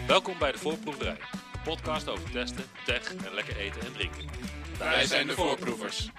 Welkom bij de Voorproeverij, een podcast over testen, tech en lekker eten en drinken. Wij zijn de voorproevers.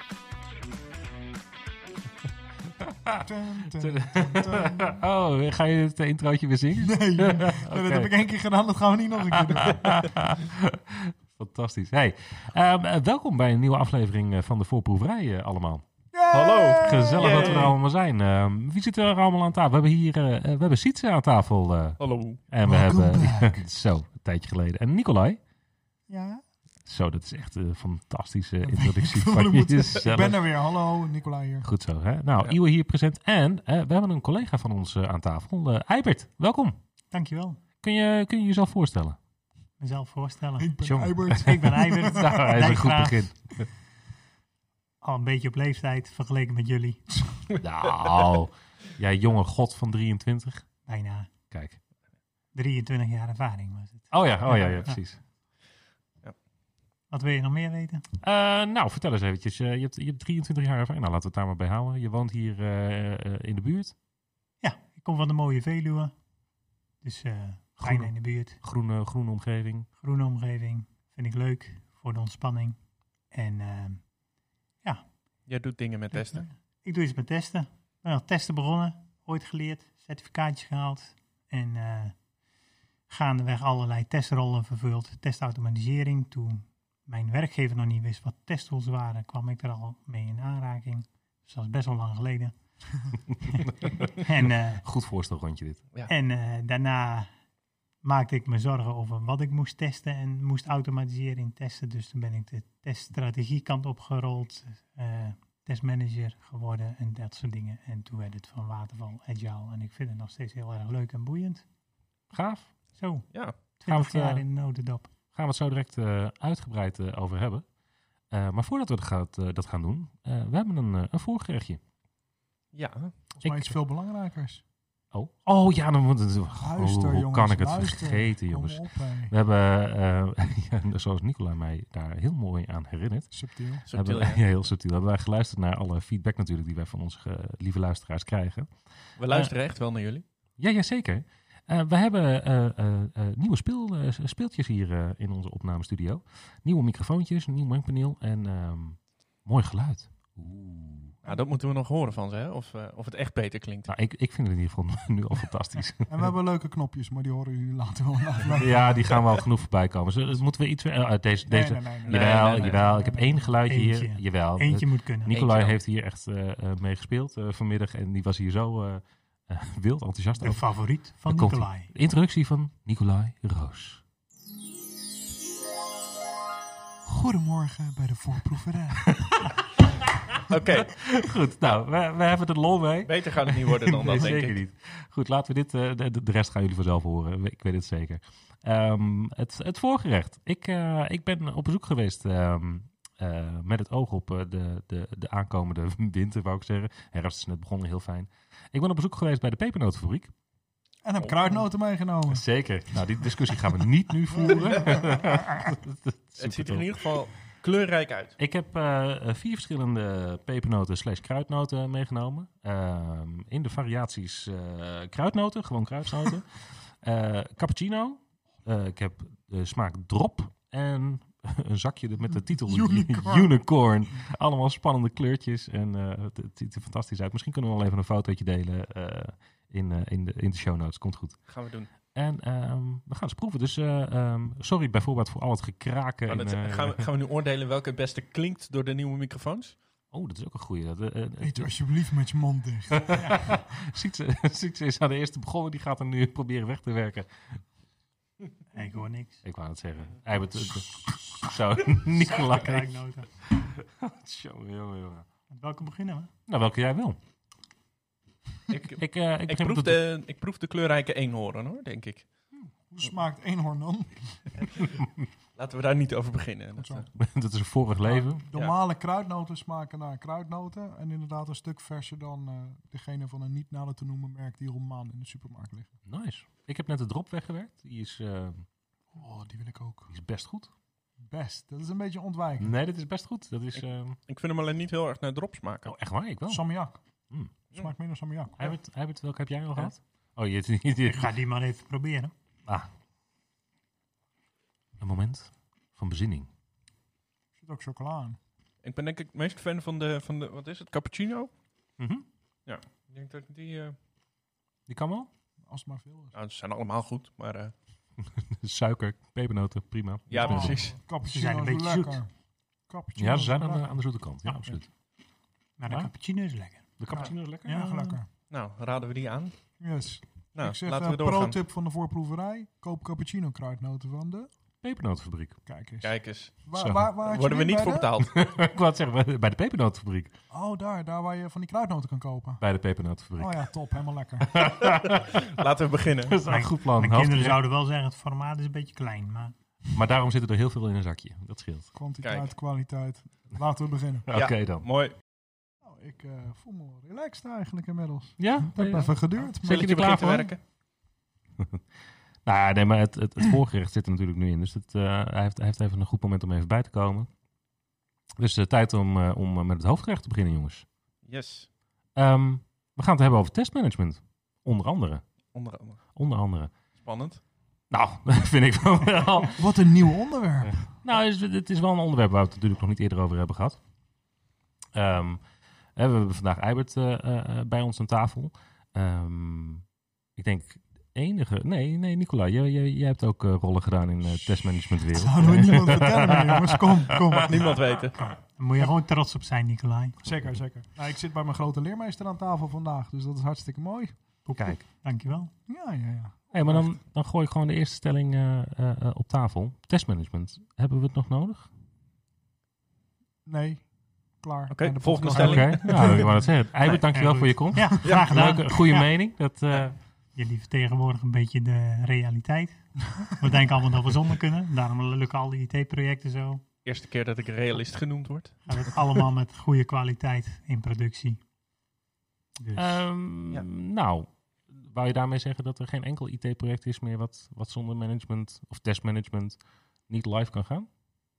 Oh, ga je het introotje weer zingen? Nee, dat heb ik 1 keer gedaan, dat gaan we niet nog een keer doen. Fantastisch. Hey, welkom bij een nieuwe aflevering van de Voorproeverij allemaal. Hallo. Gezellig dat we er allemaal zijn. Wie zit er allemaal aan tafel? We hebben Sietse aan tafel. Hallo. En we hebben, zo, een tijdje geleden. En Nicolai. Ja? Zo, dat is echt een fantastische introductie van Ik jezelf. ben er weer. Hallo, Nicolai hier. Goed zo, hè? Nou, Iwe hier present. En we hebben een collega van ons aan tafel. Eibert, welkom. Dankjewel. Kun je jezelf voorstellen? Mezelf voorstellen. Ik ben Jongen. Eibert. Ik ben Eibert. Nou, hij is een goed Dijkgraaf. begin. Al een beetje op leeftijd vergeleken met jullie. Nou, jij jonge god van 23. Bijna Kijk. 23 jaar ervaring was het. Oh ja, precies. Wat wil je nog meer weten? Nou, vertel eens eventjes. Je hebt 23 jaar ervaring. Nou, laten we het daar maar bij houden. Je woont hier in de buurt. Ja, ik kom van de mooie Veluwe. Dus bijna in de buurt. Groene omgeving. Groene omgeving. Vind ik leuk voor de ontspanning. En Jij doet dingen met testen. ik doe iets met testen. Ik ben al testen begonnen. Ooit geleerd. Certificaatjes gehaald. En gaandeweg allerlei testrollen vervuld. Testautomatisering. Toen mijn werkgever nog niet wist wat testtools waren, kwam ik er al mee in aanraking. Dus dat is best wel lang geleden. En Goed voorstelrondje dit. daarna maakte ik me zorgen over wat ik moest testen en moest automatiseren in testen. Dus toen ben ik de teststrategiekant opgerold, testmanager geworden en dat soort dingen. En toen werd het van waterval agile en ik vind het nog steeds heel erg leuk en boeiend. Gaaf. Zo, Ja. 20 jaar in de notendop. Gaan we het zo direct uitgebreid over hebben. Maar voordat we dat gaan doen, we hebben een voorgerechtje. Ja. Volgens mij iets veel belangrijkers. Oh ja, dan moet het. Luister, Hoe jongens, kan ik het luister. vergeten, Kom jongens? op, hé. We hebben, zoals Nicolai mij daar heel mooi aan herinnert. Subtiel. Subtiel, Ja, heel subtiel. Hebben wij geluisterd naar alle feedback natuurlijk die wij van onze lieve luisteraars krijgen. We luisteren echt wel naar jullie. Ja, zeker. We hebben nieuwe speeltjes hier in onze opnamestudio. Nieuwe microfoontjes, een nieuw mengpaneel en mooi geluid. Nou, dat moeten we nog horen van ze, hè? Of het echt beter klinkt. Nou, ik vind het in ieder geval nu al fantastisch. En we hebben leuke knopjes, maar die horen jullie later wel in de aflevering. Ja, die gaan wel genoeg voorbij komen. Moeten we iets... deze, Nee. Jawel. Ik heb 1 geluidje Eentje. hier. Jawel. Eentje moet kunnen. Nicolai Eentje heeft hier echt mee gespeeld vanmiddag. En die was hier zo wild enthousiast De over. favoriet van Daar komt-ie. Nicolai. De introductie van Nicolai Roos. Goedemorgen bij de voorproeverij. Oké, Goed, nou, we hebben er lol mee. beter gaat het niet worden dan Nee, dat, denk zeker ik. niet. Goed, laten we dit... de rest gaan jullie vanzelf horen. Ik weet het zeker. Het voorgerecht. Ik ben op bezoek geweest met het oog op de aankomende winter, wou ik zeggen. Herfst is net begonnen, heel fijn. Ik ben op bezoek geweest bij de pepernotenfabriek. En heb kruidnoten meegenomen. Zeker. Nou, die discussie gaan we niet nu voeren. Het ziet er in ieder geval kleurrijk uit. Ik heb 4 verschillende pepernoten / kruidnoten meegenomen. In de variaties kruidnoten, gewoon kruidnoten. Cappuccino. Ik heb de smaak drop. En een zakje met de titel Unicorn. Allemaal spannende kleurtjes. En het ziet er fantastisch uit. Misschien kunnen we wel even een fotootje delen in de show notes. Komt goed. Gaan we doen. En we gaan eens proeven. Dus sorry bijvoorbeeld voor al het gekraken. Maar gaan we nu oordelen welke het beste klinkt door de nieuwe microfoons? Oh, dat is ook een goeie. Eet je alsjeblieft met je mond dicht. Sietse is aan de eerste begonnen. Die gaat hem nu proberen weg te werken. Ik hoor niks. Ik wou het zeggen. Zo, Nicolai. Kruidnoten. Jongen. Met welke beginnen we? Nou, welke jij wil. Ik begin proef met ik proef de kleurrijke eenhoorn, hoor, denk ik. Hoe smaakt eenhoorn dan? Laten we daar niet over beginnen. Goed zo. dat is een vorig leven. Normale kruidnoten smaken naar kruidnoten. En inderdaad een stuk verser dan degene van een niet nader te noemen merk die al een maand in de supermarkt liggen. Nice. Ik heb net de drop weggewerkt. Die is Die wil ik ook. best goed. Best. Dat is een beetje ontwijkend. Nee, dat is best goed. Dat is... Ik vind hem alleen niet heel erg naar drop smaken. Oh, echt waar? Ik wel. Salmiak. Mm. Smaakt meer naar salmiak. Welke heb jij al gehad? Oh, Ik ga die maar even proberen. Ah. Een moment van bezinning. Er zit ook chocola aan. Ik ben denk ik het meest fan van de wat is het, cappuccino? Mhm. Ik denk dat ik die... Die kan wel. Als het maar veel is. nou, ze zijn allemaal goed, maar... Suiker, pepernoten, prima. ja, Oh, precies. Cappuccino Ze zijn een is beetje lekker. zoet. Cappuccino Ja, ze is zijn lekker. aan de zoete kant. Ja, Ja. absoluut. Maar de Ja? cappuccino is lekker. De cappuccino is lekker? Ja, lekker. Nou, raden we die aan? Yes. Nou, Ik zeg, laten we doorgaan. pro-tip van de voorproeverij. Koop cappuccino kruidnoten van de... Pepernotenfabriek. Kijk eens. Kijk eens. Zo. Waar had je Worden we die niet bij voor de- betaald? Ik wou het zeggen, bij de pepernotenfabriek. Oh, daar waar je van die kruidnoten kan kopen. Bij de pepernotenfabriek. Oh ja, top. Helemaal lekker. Laten we beginnen. Dat is een goed plan. Mijn Hoofdgerecht. kinderen zouden wel zeggen, het formaat is een beetje klein. Maar Maar daarom zitten er heel veel in een zakje. Dat scheelt. Kwantiteit, Kijk. kwaliteit. Laten we beginnen. Ja. Oké dan. Mooi. Nou, ik voel me wel relaxed eigenlijk inmiddels. Ja? Het heeft even geduurd. Zeker Maar je er je klaar begint te voor? werken. Nou ja, nee, maar het voorgerecht zit er natuurlijk nu in. Dus hij heeft even een goed moment om even bij te komen. Dus tijd om met het hoofdgerecht te beginnen, jongens. Yes. We gaan het hebben over testmanagement. Onder andere. Onder andere. Spannend. Spannend. Nou, dat vind ik wel. wat een nieuw onderwerp. Nou, het is wel een onderwerp waar we het natuurlijk nog niet eerder over hebben gehad. We hebben vandaag Eibert bij ons aan tafel. Ik denk enige... Nee, Nicola, jij hebt ook rollen gedaan in testmanagementwereld. Zouden we niemand vertellen meer, jongens. Kom. Mag niemand weten. daar moet je gewoon trots op zijn, Nicolai. Zeker. Nou, ik zit bij mijn grote leermeester aan tafel vandaag. Dus dat is hartstikke mooi. Kijk. Dankjewel. Ja. Hey, maar dan gooi ik gewoon de eerste stelling op tafel. Testmanagement. Hebben we het nog nodig? Nee. Klaar. Oké, Einde volgende podcast. stelling. Oké, nou, ik wou het zeggen. Eibert, Nee, dankjewel goed. voor je komst. Ja, graag gedaan. Leuke, goede mening. Dat, Jullie vertegenwoordigen een beetje de realiteit. We denken allemaal dat we zonder kunnen. Daarom lukken al die IT-projecten zo. Eerste keer dat ik realist genoemd word. Gaat het allemaal met goede kwaliteit in productie. Dus, Ja. Nou, wou je daarmee zeggen dat er geen enkel IT-project is meer wat zonder management of testmanagement niet live kan gaan?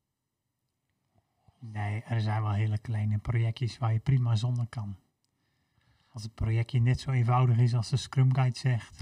nee, er zijn wel hele kleine projectjes waar je prima zonder kan. Als het projectje net zo eenvoudig is als de Scrum Guide zegt.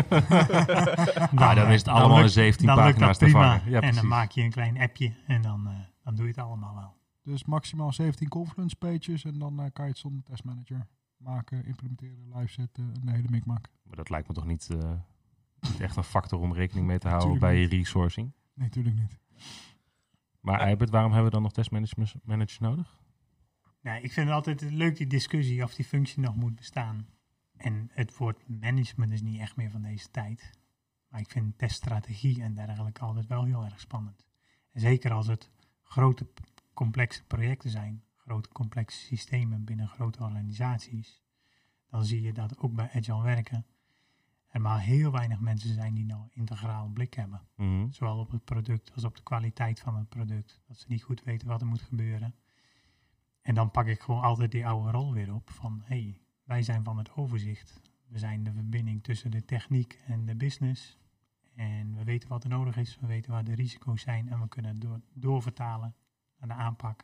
Dan is het allemaal in 17 dan lukt pagina's dat te prima. vangen. Ja, en precies. dan maak je een klein appje en dan doe je het allemaal wel. Dus maximaal 17 Confluence pages. En dan kan je het zonder testmanager maken, implementeren, live zetten. En de hele mikmak. Maar dat lijkt me toch niet echt een factor om rekening mee te houden Tuurlijk bij je niet. resourcing. Nee, natuurlijk niet. Maar Eibert, waarom hebben we dan nog testmanagers nodig? Nee, ik vind het altijd leuk die discussie of die functie nog moet bestaan. En het woord management is niet echt meer van deze tijd. Maar ik vind teststrategie en dergelijke altijd wel heel erg spannend. En zeker als het grote, complexe projecten zijn, grote, complexe systemen binnen grote organisaties, dan zie je dat ook bij Agile werken er maar heel weinig mensen zijn die nou integraal blik hebben. Mhm. Zowel op het product als op de kwaliteit van het product. Dat ze niet goed weten wat er moet gebeuren. En dan pak ik gewoon altijd die oude rol weer op van, hey, wij zijn van het overzicht. We zijn de verbinding tussen de techniek en de business. En we weten wat er nodig is, we weten waar de risico's zijn en we kunnen het doorvertalen naar de aanpak.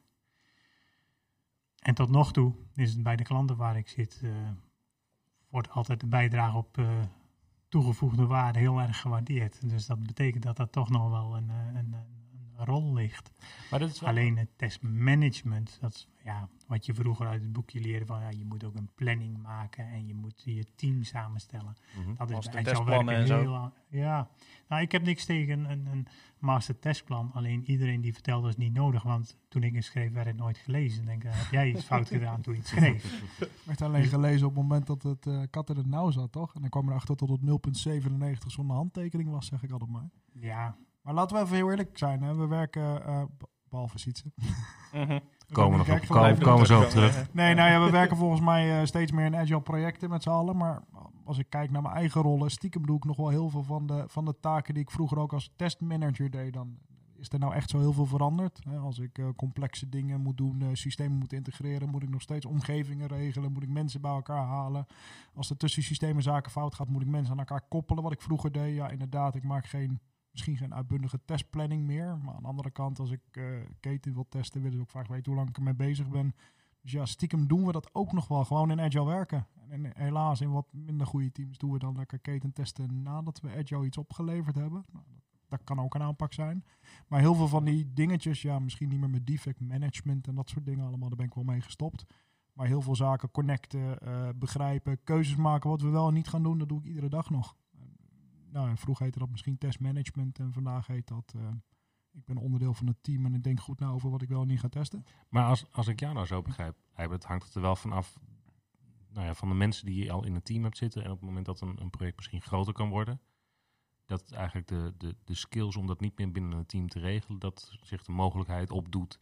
En tot nog toe is het bij de klanten waar ik zit, wordt altijd de bijdrage op toegevoegde waarde heel erg gewaardeerd. Dus dat betekent dat er toch nog wel een rol ligt. Maar dat is wel... Alleen het testmanagement, dat is wat je vroeger uit het boekje leerde van je moet ook een planning maken en je moet je team samenstellen. Mhm. Dat is Als de bij Agile testplannen werken en zo. Ja, nou ik heb niks tegen een master testplan. Alleen iedereen die vertelde dat is niet nodig, want toen ik het schreef werd het nooit gelezen. Dan denk ik, heb jij iets fout gedaan toen je het schreef? Werd alleen gelezen op het moment dat het kat in het nauw zat, toch? En dan kwam erachter tot het 0,97 zonder handtekening was, zeg ik altijd maar. Ja, Maar laten we even heel eerlijk zijn. Hè? We werken, behalve Sietse. Komen we Kijk, komen zo op terug. Nee, nou ja, we werken volgens mij steeds meer in agile projecten met z'n allen. Maar als ik kijk naar mijn eigen rollen, stiekem doe ik nog wel heel veel van de taken die ik vroeger ook als testmanager deed. Dan is er nou echt zo heel veel veranderd. Hè? Als ik complexe dingen moet doen, systemen moet integreren, moet ik nog steeds omgevingen regelen, moet ik mensen bij elkaar halen. Als er tussen systemen zaken fout gaat, moet ik mensen aan elkaar koppelen. Wat ik vroeger deed, ja inderdaad, ik maak misschien geen uitbundige testplanning meer. Maar aan de andere kant, als ik keten wil testen, willen ze ook vaak weten hoe lang ik ermee bezig ben. Dus ja, stiekem doen we dat ook nog wel gewoon in Agile werken. En helaas in wat minder goede teams doen we dan lekker keten testen nadat we Agile iets opgeleverd hebben. Nou, Dat kan ook een aanpak zijn. Maar heel veel van die dingetjes, ja, misschien niet meer met defect management en dat soort dingen allemaal, daar ben ik wel mee gestopt. Maar heel veel zaken connecten, begrijpen, keuzes maken wat we wel en niet gaan doen, dat doe ik iedere dag nog. Nou, vroeger heette dat misschien testmanagement en vandaag heet dat... ik ben onderdeel van het team en ik denk goed na over wat ik wel en niet ga testen. Maar als ik jou nou zo begrijp, het hangt er wel vanaf van de mensen die je al in het team hebt zitten. En op het moment dat een project misschien groter kan worden, dat eigenlijk de skills om dat niet meer binnen een team te regelen, dat zich de mogelijkheid opdoet.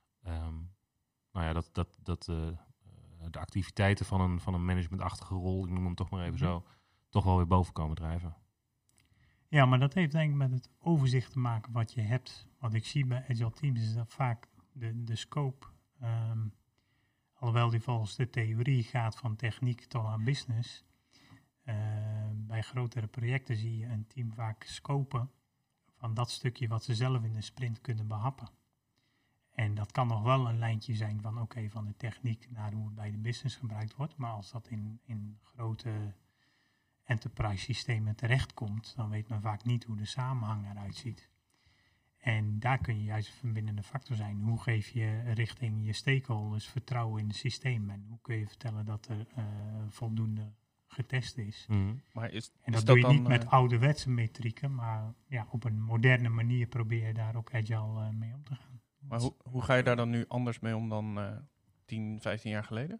De activiteiten van een managementachtige rol, ik noem hem toch maar even zo, toch wel weer boven komen drijven. Ja, maar dat heeft denk ik met het overzicht te maken wat je hebt. Wat ik zie bij Agile Teams is dat vaak de scope, alhoewel die volgens de theorie gaat van techniek tot aan business, bij grotere projecten zie je een team vaak scopen van dat stukje wat ze zelf in de sprint kunnen behappen. En dat kan nog wel een lijntje zijn van van de techniek naar hoe het bij de business gebruikt wordt. Maar als dat in grote enterprise systemen terechtkomt, dan weet men vaak niet hoe de samenhang eruit ziet. En daar kun je juist een verbindende factor zijn. Hoe geef je richting je stakeholders vertrouwen in het systeem? En hoe kun je vertellen dat er voldoende getest is? Mm-hmm. Maar en dat doe je niet met ouderwetse metrieken, maar op een moderne manier probeer je daar ook agile mee om te gaan. Maar hoe ga je daar dan nu anders mee om dan 10, 15 jaar geleden?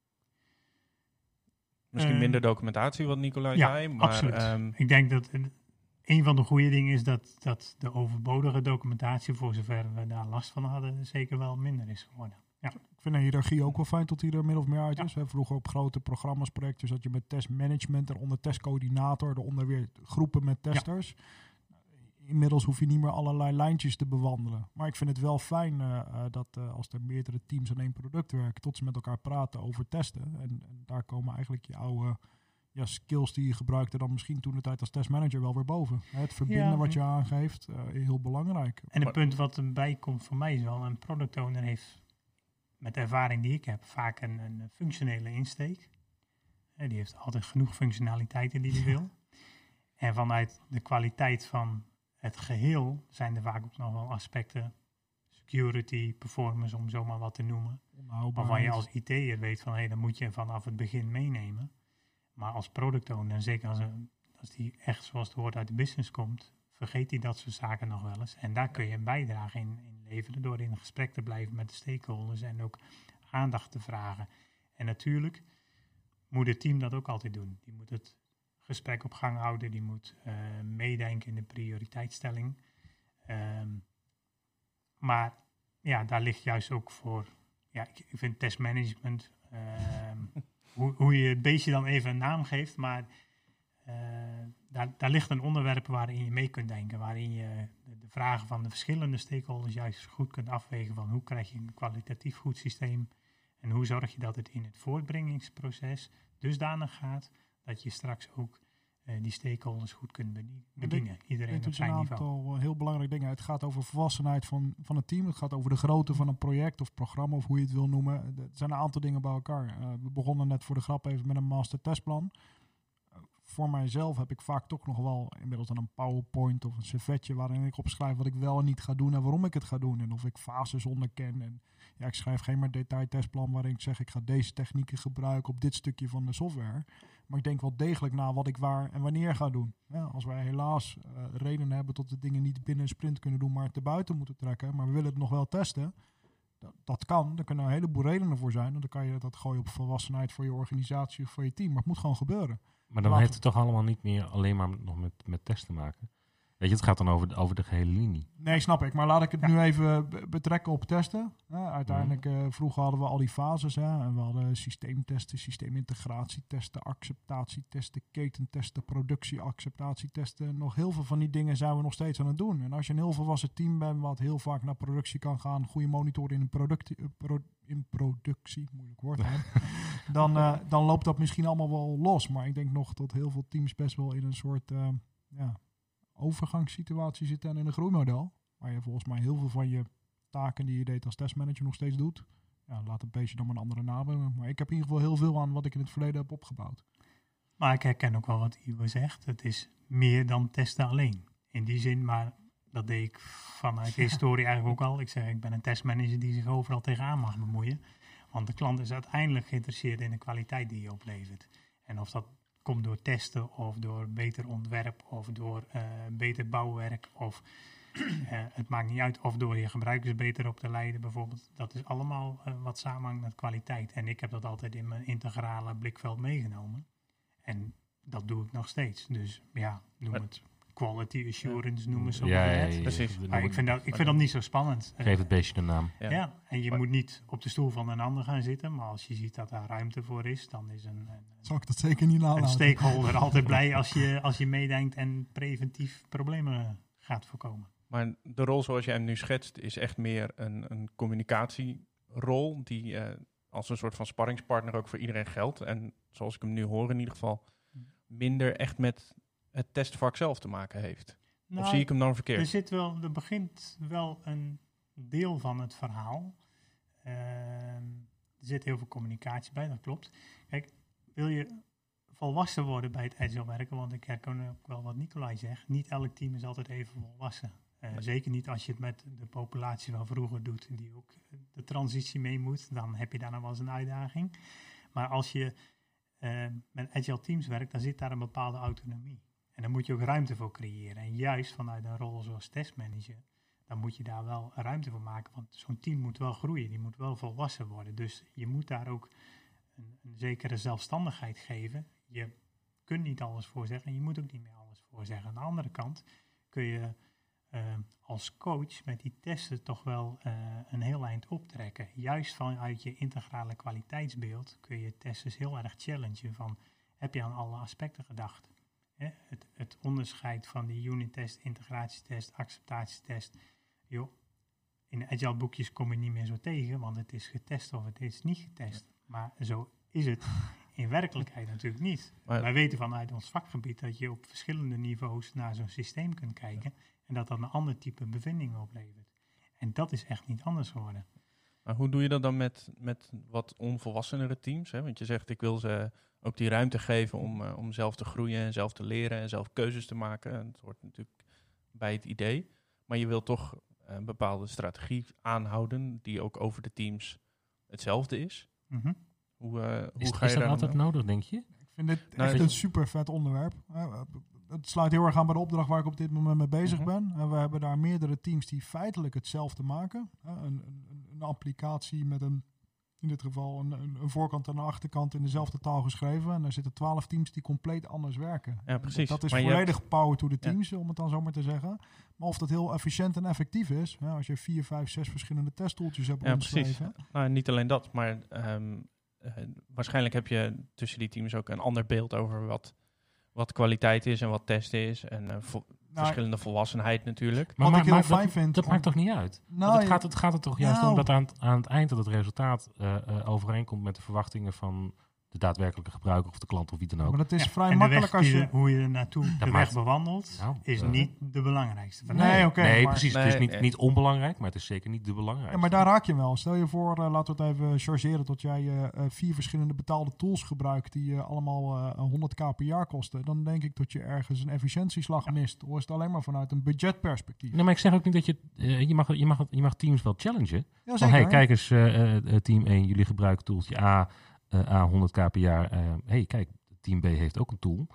Misschien minder documentatie, wat Nicolai zei. Maar, absoluut. Ik denk dat een van de goede dingen is dat de overbodige documentatie, voor zover we daar last van hadden, zeker wel minder is geworden. Ja. Ik vind de hiërarchie ook wel fijn tot die er min of meer uit is. Ja. Vroeger op grote programma's, projecten zat je met testmanagement, eronder testcoördinator, eronder weer groepen met testers. Ja. Inmiddels hoef je niet meer allerlei lijntjes te bewandelen. Maar ik vind het wel fijn dat als er meerdere teams aan één product werken, tot ze met elkaar praten over testen. En daar komen eigenlijk je oude skills die je gebruikte dan misschien toen de tijd als testmanager wel weer boven. Het verbinden wat je aangeeft, heel belangrijk. En het punt wat erbij komt voor mij is wel, een product owner heeft met de ervaring die ik heb vaak een functionele insteek. Die heeft altijd genoeg functionaliteiten die hij wil. En vanuit de kwaliteit van het geheel zijn er vaak ook nog wel aspecten, security, performance, om zomaar wat te noemen, waarvan je als IT'er weet van dat moet je vanaf het begin meenemen. Maar als product owner, zeker als die echt zoals het woord uit de business komt, vergeet hij dat soort zaken nog wel eens. En daar kun je een bijdrage in leveren door in gesprek te blijven met de stakeholders en ook aandacht te vragen. En natuurlijk moet het team dat ook altijd doen. Die moet het gesprek op gang houden, die moet meedenken in de prioriteitsstelling. Maar daar ligt juist ook voor, ik vind testmanagement, hoe je het beestje dan even een naam geeft, maar daar ligt een onderwerp waarin je mee kunt denken, waarin je de vragen van de verschillende stakeholders juist goed kunt afwegen van hoe krijg je een kwalitatief goed systeem en hoe zorg je dat het in het voortbrengingsproces dusdanig gaat dat je straks ook die stakeholders goed kunt bedienen. Iedereen op zijn niveau. Het is een aantal heel belangrijke dingen. Het gaat over volwassenheid van het team. Het gaat over de grootte van een project of programma of hoe je het wil noemen. Er zijn een aantal dingen bij elkaar. We begonnen net voor de grap even met een master testplan. Voor mijzelf heb ik vaak toch nog wel inmiddels dan een PowerPoint of een servetje waarin ik opschrijf wat ik wel en niet ga doen en waarom ik het ga doen. En of ik fases onderken. En ik schrijf geen maar detailtestplan waarin ik zeg ik ga deze technieken gebruiken op dit stukje van de software. Maar ik denk wel degelijk na wat ik waar en wanneer ga doen. Ja, als wij helaas redenen hebben tot de dingen niet binnen een sprint kunnen doen, maar het erbuiten moeten trekken. Maar we willen het nog wel testen. Dat kan. Er kunnen een heleboel redenen voor zijn. En dan kan je dat gooien op volwassenheid voor je organisatie of voor je team. Maar het moet gewoon gebeuren. Maar dan heeft het toch allemaal niet meer alleen maar nog met testen te maken. Weet je, het gaat dan over de gehele linie. Nee, snap ik. Maar laat ik het nu even betrekken op testen. Uiteindelijk, vroeger hadden we al die fases. En we hadden systeemtesten, systeemintegratietesten, acceptatietesten, ketentesten, productieacceptatietesten. Nog heel veel van die dingen zijn we nog steeds aan het doen. En als je een heel volwassen team bent, wat heel vaak naar productie kan gaan, goede monitor in een productie, moeilijk woord, dan loopt dat misschien allemaal wel los. Maar ik denk nog dat heel veel teams best wel in een soort overgangssituatie zitten en in een groeimodel. Waar je volgens mij heel veel van je taken die je deed als testmanager nog steeds doet. Ja, laat het beestje dan maar een andere naam hebben. Maar ik heb in ieder geval heel veel aan wat ik in het verleden heb opgebouwd. Maar ik herken ook wel wat Ivo zegt. Het is meer dan testen alleen. In die zin, maar Dat deed ik vanuit de historie eigenlijk ook al. Ik zeg, ik ben een testmanager die zich overal tegenaan mag bemoeien. Want de klant is uiteindelijk geïnteresseerd in de kwaliteit die je oplevert. En of dat komt door testen of door beter ontwerp of door beter bouwwerk of het maakt niet uit of door je gebruikers beter op te leiden bijvoorbeeld. Dat is allemaal wat samenhangt met kwaliteit. En ik heb dat altijd in mijn integrale blikveld meegenomen. En dat doe ik nog steeds. Dus ja, noem het quality assurance, noemen ze het. Precies. Maar ik vind dat niet zo spannend. Geef het beestje een naam. Ja, en je moet niet op de stoel van een ander gaan zitten. Maar als je ziet dat daar ruimte voor is, dan is Zal ik dat zeker niet een nalaten. stakeholder altijd blij als je meedenkt en preventief problemen gaat voorkomen. Maar de rol zoals jij hem nu schetst is echt meer een communicatierol die als een soort van sparringspartner ook voor iedereen geldt. En zoals ik hem nu hoor in ieder geval minder echt met het testvak zelf te maken heeft. Nou, of zie ik hem dan verkeerd? Er begint wel een deel van het verhaal. Er zit heel veel communicatie bij, dat klopt. Kijk, wil je volwassen worden bij het agile werken, want ik herken ook wel wat Nicolai zegt, niet elk team is altijd even volwassen. Zeker niet als je het met de populatie van vroeger doet, die ook de transitie mee moet, dan heb je daar nog wel eens een uitdaging. Maar als je met agile teams werkt, dan zit daar een bepaalde autonomie. En daar moet je ook ruimte voor creëren. En juist vanuit een rol zoals testmanager, dan moet je daar wel ruimte voor maken. Want zo'n team moet wel groeien, die moet wel volwassen worden. Dus je moet daar ook een zekere zelfstandigheid geven. Je kunt niet alles voorzeggen en je moet ook niet meer alles voorzeggen. Aan de andere kant kun je als coach met die testen toch wel een heel eind optrekken. Juist vanuit je integrale kwaliteitsbeeld kun je testers heel erg challengen van, heb je aan alle aspecten gedacht? Het onderscheid van die unit-test, integratietest, acceptatietest. Joh, in de agile boekjes kom je niet meer zo tegen, want het is getest of het is niet getest. Maar zo is het in werkelijkheid natuurlijk niet. Maar wij weten vanuit ons vakgebied dat je op verschillende niveaus naar zo'n systeem kunt kijken en dat een ander type bevindingen oplevert. En dat is echt niet anders geworden. Maar hoe doe je dat dan met wat onvolwassenere teams? Hè? Want je zegt, ik wil ze ook die ruimte geven om zelf te groeien en zelf te leren en zelf keuzes te maken. En dat hoort natuurlijk bij het idee. Maar je wil toch een bepaalde strategie aanhouden die ook over de teams hetzelfde is. Mhm. Hoe Is ga je dat daar altijd dan? nodig, denk je? Ik vind dit Nou, echt een super vet onderwerp. Het sluit heel erg aan bij de opdracht waar ik op dit moment mee bezig Mhm. ben. En we hebben daar meerdere teams die feitelijk hetzelfde maken. Een applicatie met in dit geval een voorkant en een achterkant in dezelfde taal geschreven. En er zitten 12 teams die compleet anders werken. Ja, precies. Dat is Maar je volledig power to the teams, om het dan zo maar te zeggen. Maar of dat heel efficiënt en effectief is, als je 4, 5, 6 verschillende testtoeltjes hebt Ja, precies. omschreven. Nou, niet alleen dat, maar waarschijnlijk heb je tussen die teams ook een ander beeld over wat kwaliteit is en wat testen is. En verschillende volwassenheid natuurlijk. Wat ik heel fijn dat, vind dat om- maakt toch niet uit? Nou, Want het gaat er toch juist nou. om dat aan het eind dat het resultaat overeenkomt met de verwachtingen van de daadwerkelijke gebruiker of de klant of wie dan ook. Maar dat is Ja, vrij en de makkelijk weg als die je... hoe je er naartoe de weg maakt- bewandelt, Nou, is niet de belangrijkste. Nee, oké, nee, maar- precies. Nee, het is nee. niet onbelangrijk, maar het is zeker niet de belangrijkste. Ja, maar daar raak je wel. Stel je voor, laten we het even chargeren, dat jij 4 verschillende betaalde tools gebruikt die allemaal 100k per jaar kosten. Dan denk ik dat je ergens een efficiëntieslag mist. Of is het alleen maar vanuit een budgetperspectief? Nee, maar ik zeg ook niet dat je mag teams wel challengen. Ja, Van, hey, kijk eens, team 1, jullie gebruiken toeltje A 100k per jaar. Hey, kijk, team B heeft ook een tool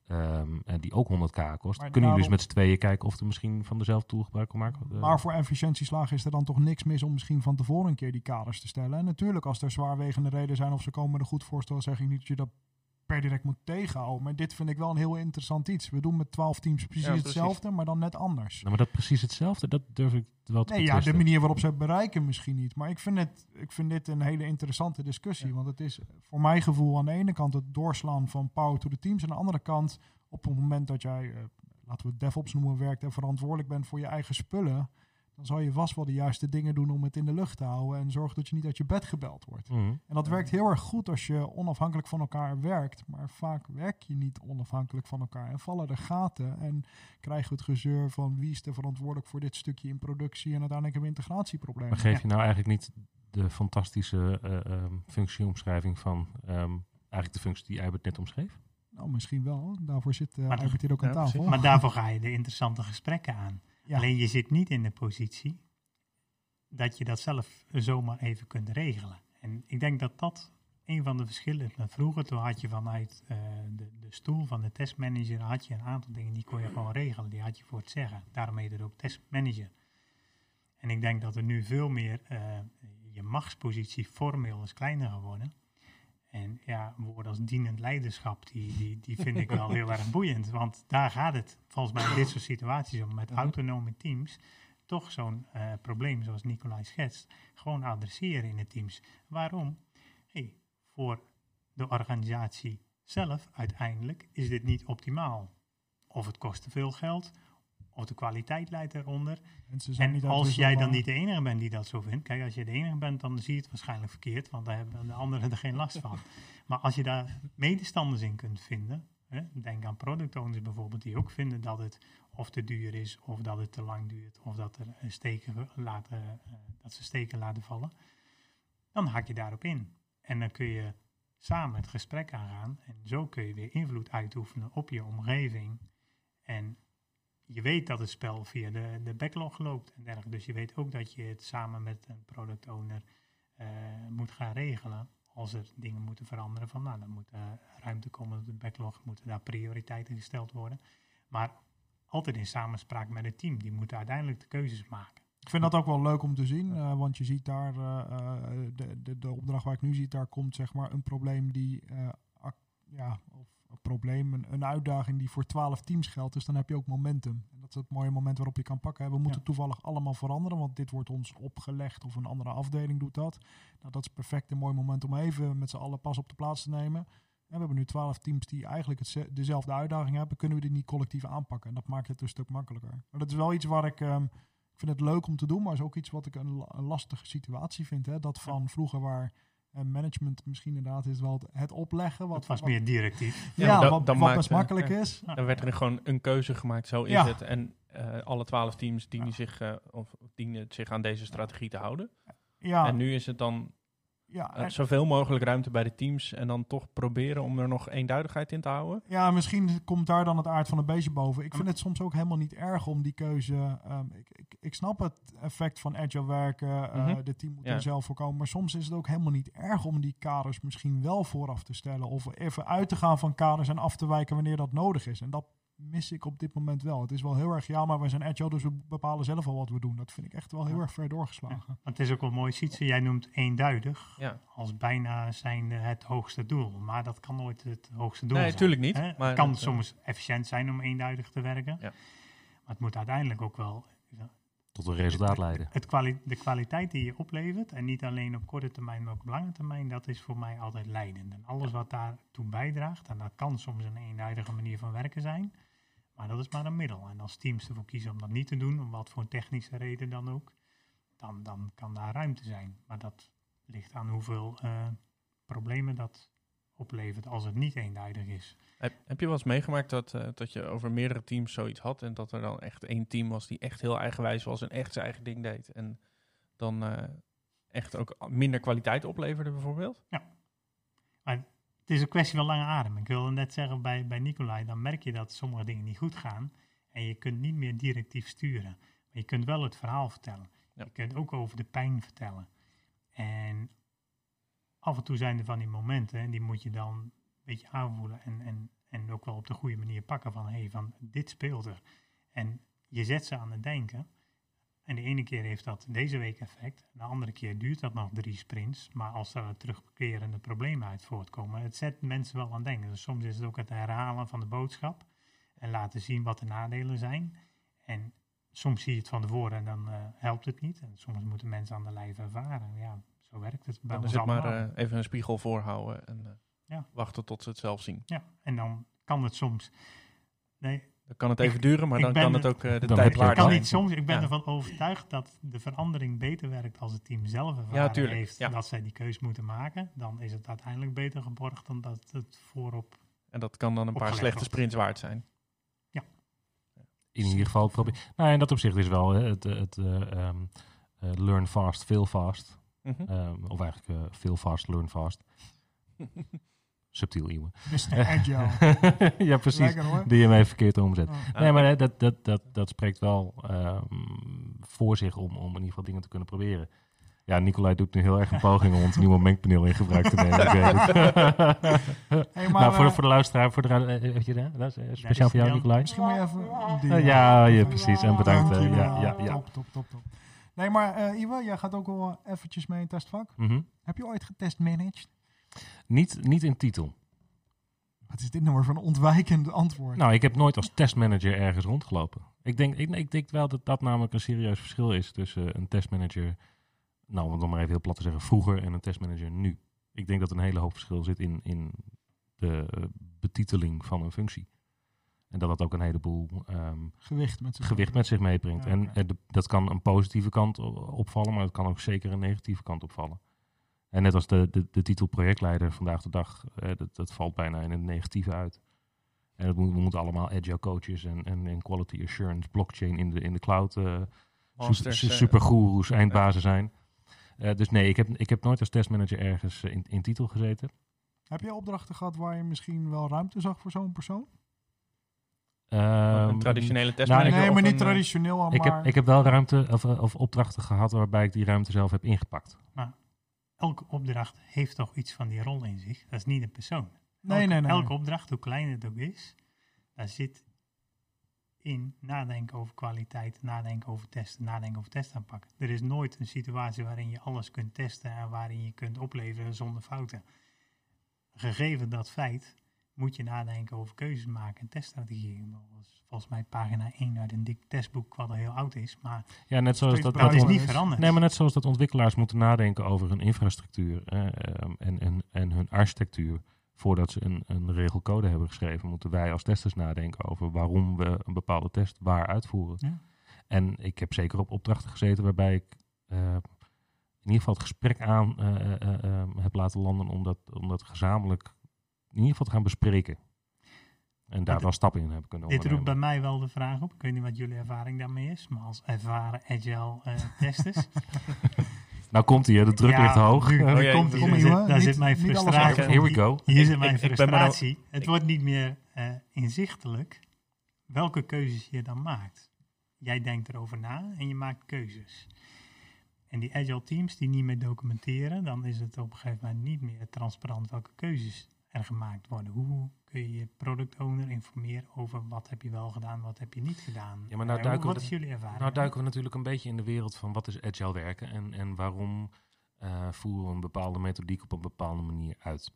die ook 100k kost. Maar Kunnen jullie daarom- dus met z'n tweeën kijken of er misschien van dezelfde tool gebruik kan maken? Maar voor efficiëntieslagen is er dan toch niks mis om misschien van tevoren een keer die kaders te stellen. En natuurlijk, als er zwaarwegende redenen zijn of ze komen met een goed voorstel, zeg ik niet dat je dat per direct moet tegenhouden. Maar dit vind ik wel een heel interessant iets. We doen met 12 teams precies precies. hetzelfde, maar dan net anders. Nou, maar dat precies hetzelfde, dat durf ik wel te Nee, ja, de betwisten. manier waarop ze het bereiken misschien niet. Maar ik vind dit een hele interessante discussie. Want het is voor mijn gevoel aan de ene kant het doorslaan van power to the teams. En aan de andere kant, op het moment dat jij, laten we het DevOps noemen, werkt en verantwoordelijk bent voor je eigen spullen, dan zal je vast wel de juiste dingen doen om het in de lucht te houden. En zorgen dat je niet uit je bed gebeld wordt. Mhm. En dat werkt heel erg goed als je onafhankelijk van elkaar werkt. Maar vaak werk je niet onafhankelijk van elkaar. En vallen er gaten. En krijgen we het gezeur van wie is er verantwoordelijk voor dit stukje in productie. En uiteindelijk hebben we integratieproblemen. Maar geef je nou eigenlijk niet de fantastische functieomschrijving van eigenlijk de functie die Eibert net omschreef? Nou, misschien wel. Daarvoor zit Maar Eibert hier ook aan ja, tafel. precies. Maar daarvoor ga je de interessante gesprekken aan. Ja. Alleen je zit niet in de positie dat je dat zelf zomaar even kunt regelen. En ik denk dat dat een van de verschillen is. Vroeger toen had je vanuit de stoel van de testmanager had je een aantal dingen die kon je gewoon regelen. Die had je voor het zeggen. Daarom heet het ook testmanager. En ik denk dat er nu veel meer je machtspositie formeel is kleiner geworden. En ja, woorden als dienend leiderschap, die vind ik wel heel erg boeiend. Want daar gaat het volgens mij in dit soort situaties om. Met autonome teams toch zo'n probleem zoals Nicolai schetst, gewoon adresseren in de teams. Waarom? Voor de organisatie zelf uiteindelijk is dit niet optimaal. Of het kost te veel geld, of de kwaliteit leidt eronder. En als jij dan niet de enige bent die dat zo vindt, kijk, als je de enige bent, dan zie je het waarschijnlijk verkeerd, want daar hebben de anderen er geen last van. Maar als je daar medestanders in kunt vinden, denk aan product owners bijvoorbeeld, die ook vinden dat het of te duur is, of dat het te lang duurt, of dat er dat ze steken laten vallen, dan haak je daarop in. En dan kun je samen het gesprek aangaan en zo kun je weer invloed uitoefenen op je omgeving. En je weet dat het spel via de backlog loopt en dergelijke. Dus je weet ook dat je het samen met een product owner moet gaan regelen. Als er dingen moeten veranderen, dan moet ruimte komen op de backlog, moeten daar prioriteiten gesteld worden. Maar altijd in samenspraak met het team. Die moeten uiteindelijk de keuzes maken. Ik vind dat ook wel leuk om te zien, want je ziet daar, de opdracht waar ik nu zie, daar komt zeg maar een probleem een uitdaging die voor 12 teams geldt. Dus dan heb je ook momentum. En dat is het mooie moment waarop je kan pakken. We moeten toevallig allemaal veranderen, want dit wordt ons opgelegd of een andere afdeling doet dat. Nou, dat is perfect een mooi moment om even met z'n allen pas op de plaats te nemen. En we hebben nu 12 teams die eigenlijk dezelfde uitdaging hebben. Kunnen we die niet collectief aanpakken? En dat maakt het een stuk makkelijker. Maar dat is wel iets waar ik vind het leuk om te doen, maar is ook iets wat ik een lastige situatie vind. Hè? Dat van vroeger waar management misschien inderdaad is wel het opleggen. Het was meer directief. Wat best makkelijk is. Dan werd er gewoon een keuze gemaakt, zo is het. En alle 12 teams dienen zich aan deze strategie te houden. Ja. En nu is het dan zoveel mogelijk ruimte bij de teams en dan toch proberen om er nog eenduidigheid in te houden. Ja, misschien komt daar dan het aard van een beestje boven. Ik vind het soms ook helemaal niet erg om die keuze. Ik snap het effect van agile werken. De team moet er zelf voor komen. Maar soms is het ook helemaal niet erg om die kaders misschien wel vooraf te stellen. Of even uit te gaan van kaders en af te wijken wanneer dat nodig is. En dat mis ik op dit moment wel. Het is wel heel erg, maar we zijn agile, dus we bepalen zelf al wat we doen. Dat vind ik echt wel heel erg ver doorgeslagen. Ja, het is ook wel mooi, Sietse, jij noemt eenduidig als bijna zijnde het hoogste doel. Maar dat kan nooit het hoogste doel zijn. Nee, natuurlijk niet. Maar het kan soms efficiënt zijn om eenduidig te werken. Ja. Maar het moet uiteindelijk ook wel tot een resultaat leiden. De kwaliteit die je oplevert, en niet alleen op korte termijn, maar ook op lange termijn, dat is voor mij altijd leidend. En alles wat daartoe bijdraagt, en dat kan soms een eenduidige manier van werken zijn, maar dat is maar een middel. En als teams ervoor kiezen om dat niet te doen, om wat voor technische reden dan ook, dan kan daar ruimte zijn. Maar dat ligt aan hoeveel problemen dat oplevert als het niet eenduidig is. Heb je wel eens meegemaakt dat je over meerdere teams zoiets had en dat er dan echt één team was die echt heel eigenwijs was en echt zijn eigen ding deed en dan echt ook minder kwaliteit opleverde bijvoorbeeld? Ja, maar het is een kwestie van lange adem. Ik wilde net zeggen bij Nicolai, dan merk je dat sommige dingen niet goed gaan en je kunt niet meer directief sturen. Maar je kunt wel het verhaal vertellen. Ja. Je kunt ook over de pijn vertellen. En af en toe zijn er van die momenten en die moet je dan een beetje aanvoelen en ook wel op de goede manier pakken van dit speelt er. En je zet ze aan het denken. En de ene keer heeft dat deze week effect. De andere keer duurt dat nog 3 sprints. Maar als er terugkerende problemen uit voortkomen, het zet mensen wel aan het denken. Dus soms is het ook het herhalen van de boodschap. En laten zien wat de nadelen zijn. En soms zie je het van tevoren en dan helpt het niet. En soms moeten mensen aan de lijf ervaren. Ja, zo werkt het bij ons allemaal. Maar even een spiegel voorhouden en wachten tot ze het zelf zien. Ja, en dan kan het soms... Dan kan het even duren, maar dan kan het ook de tijd waard zijn. Ik ben ervan overtuigd dat de verandering beter werkt als het team zelf ervaren heeft dat zij die keus moeten maken. Dan is het uiteindelijk beter geborgd dan dat het voorop... En dat kan dan een paar slechte sprints waard zijn. Ja. In ieder geval proberen. Nou, en dat opzicht is wel het learn fast, fail fast. Of eigenlijk fail fast, learn fast. Subtiel, Iwan. Mr. Agile. Ja, precies. Lekker hoor. Die je mee verkeerd omzet. Oh. Nee, maar dat spreekt wel voor zich om in ieder geval dingen te kunnen proberen. Ja, Nicolai doet nu heel erg een poging om ons nieuwe mengpaneel in gebruik te nemen. Ik weet het. Hey, maar, voor de luisteraar, weet je dat? Speciaal voor jou, Nicolai. Misschien moet je even... die, Ja, precies. En bedankt. dankjewel. Ja. Top. Nee, maar Iwa, jij gaat ook wel eventjes mee in het testvak. Mhm. Heb je ooit getestmanaged? Niet in titel. Wat is dit nou weer voor een ontwijkend antwoord? Nou, ik heb nooit als testmanager ergens rondgelopen. Ik denk wel dat dat namelijk een serieus verschil is tussen een testmanager, nou, om het maar even heel plat te zeggen, vroeger en een testmanager nu. Ik denk dat een hele hoop verschil zit in de betiteling van een functie. En dat ook een heleboel gewicht met zich meebrengt. Ja, En oké. dat kan een positieve kant opvallen, maar het kan ook zeker een negatieve kant opvallen. En net als de titel projectleider vandaag de dag, dat valt bijna in het negatieve uit. En we moeten allemaal agile coaches en quality assurance, blockchain in de cloud, supergoeroes, eindbazen zijn. Dus nee, ik heb nooit als testmanager ergens in titel gezeten. Heb je opdrachten gehad waar je misschien wel ruimte zag voor zo'n persoon? Een traditionele testmanager? Nee, of maar niet een, traditioneel. Maar... Ik heb wel ruimte of opdrachten gehad waarbij ik die ruimte zelf heb ingepakt. Elke opdracht heeft toch iets van die rol in zich. Dat is niet een persoon. Nee. Elke opdracht, hoe klein het ook is, daar zit in nadenken over kwaliteit, nadenken over testen, nadenken over testaanpak. Er is nooit een situatie waarin je alles kunt testen en waarin je kunt opleveren zonder fouten. Gegeven dat feit, moet je nadenken over keuzes maken en teststrategieën. Dat is volgens mij pagina 1 uit een dik testboek wat al heel oud is. Maar Ja, net zoals Steeds dat is dat niet veranderd. Nee, maar net zoals dat ontwikkelaars moeten nadenken over hun infrastructuur en hun architectuur. Voordat ze een regelcode hebben geschreven, moeten wij als testers nadenken over waarom we een bepaalde test waar uitvoeren. Ja. En ik heb zeker op opdrachten gezeten waarbij ik in ieder geval het gesprek aan heb laten landen om dat gezamenlijk in ieder geval te gaan bespreken. En daar wel stappen in hebben kunnen Dit roept ondernemen. bij mij wel de vraag op. Ik weet niet wat jullie ervaring daarmee is, maar als ervaren agile testers. Nou komt hij, de druk Ja, ligt hoog. nu Oh, komt jee. hij. Kom, Daar jongen. zit Niet- mijn niet alles frustratie. Here we go. Hier zit mijn Ik ben maar frustratie. Het wordt niet meer inzichtelijk welke keuzes je dan maakt. Jij denkt erover na en je maakt keuzes. En die agile teams die niet meer documenteren, dan is het op een gegeven moment niet meer transparant welke keuzes er gemaakt worden. Hoe kun je je product owner informeren over wat heb je wel gedaan, wat heb je niet gedaan? Ja, maar nou duiken we wat is jullie ervaring? Nou duiken we natuurlijk een beetje in de wereld van wat is agile werken en waarom voeren we een bepaalde methodiek op een bepaalde manier uit.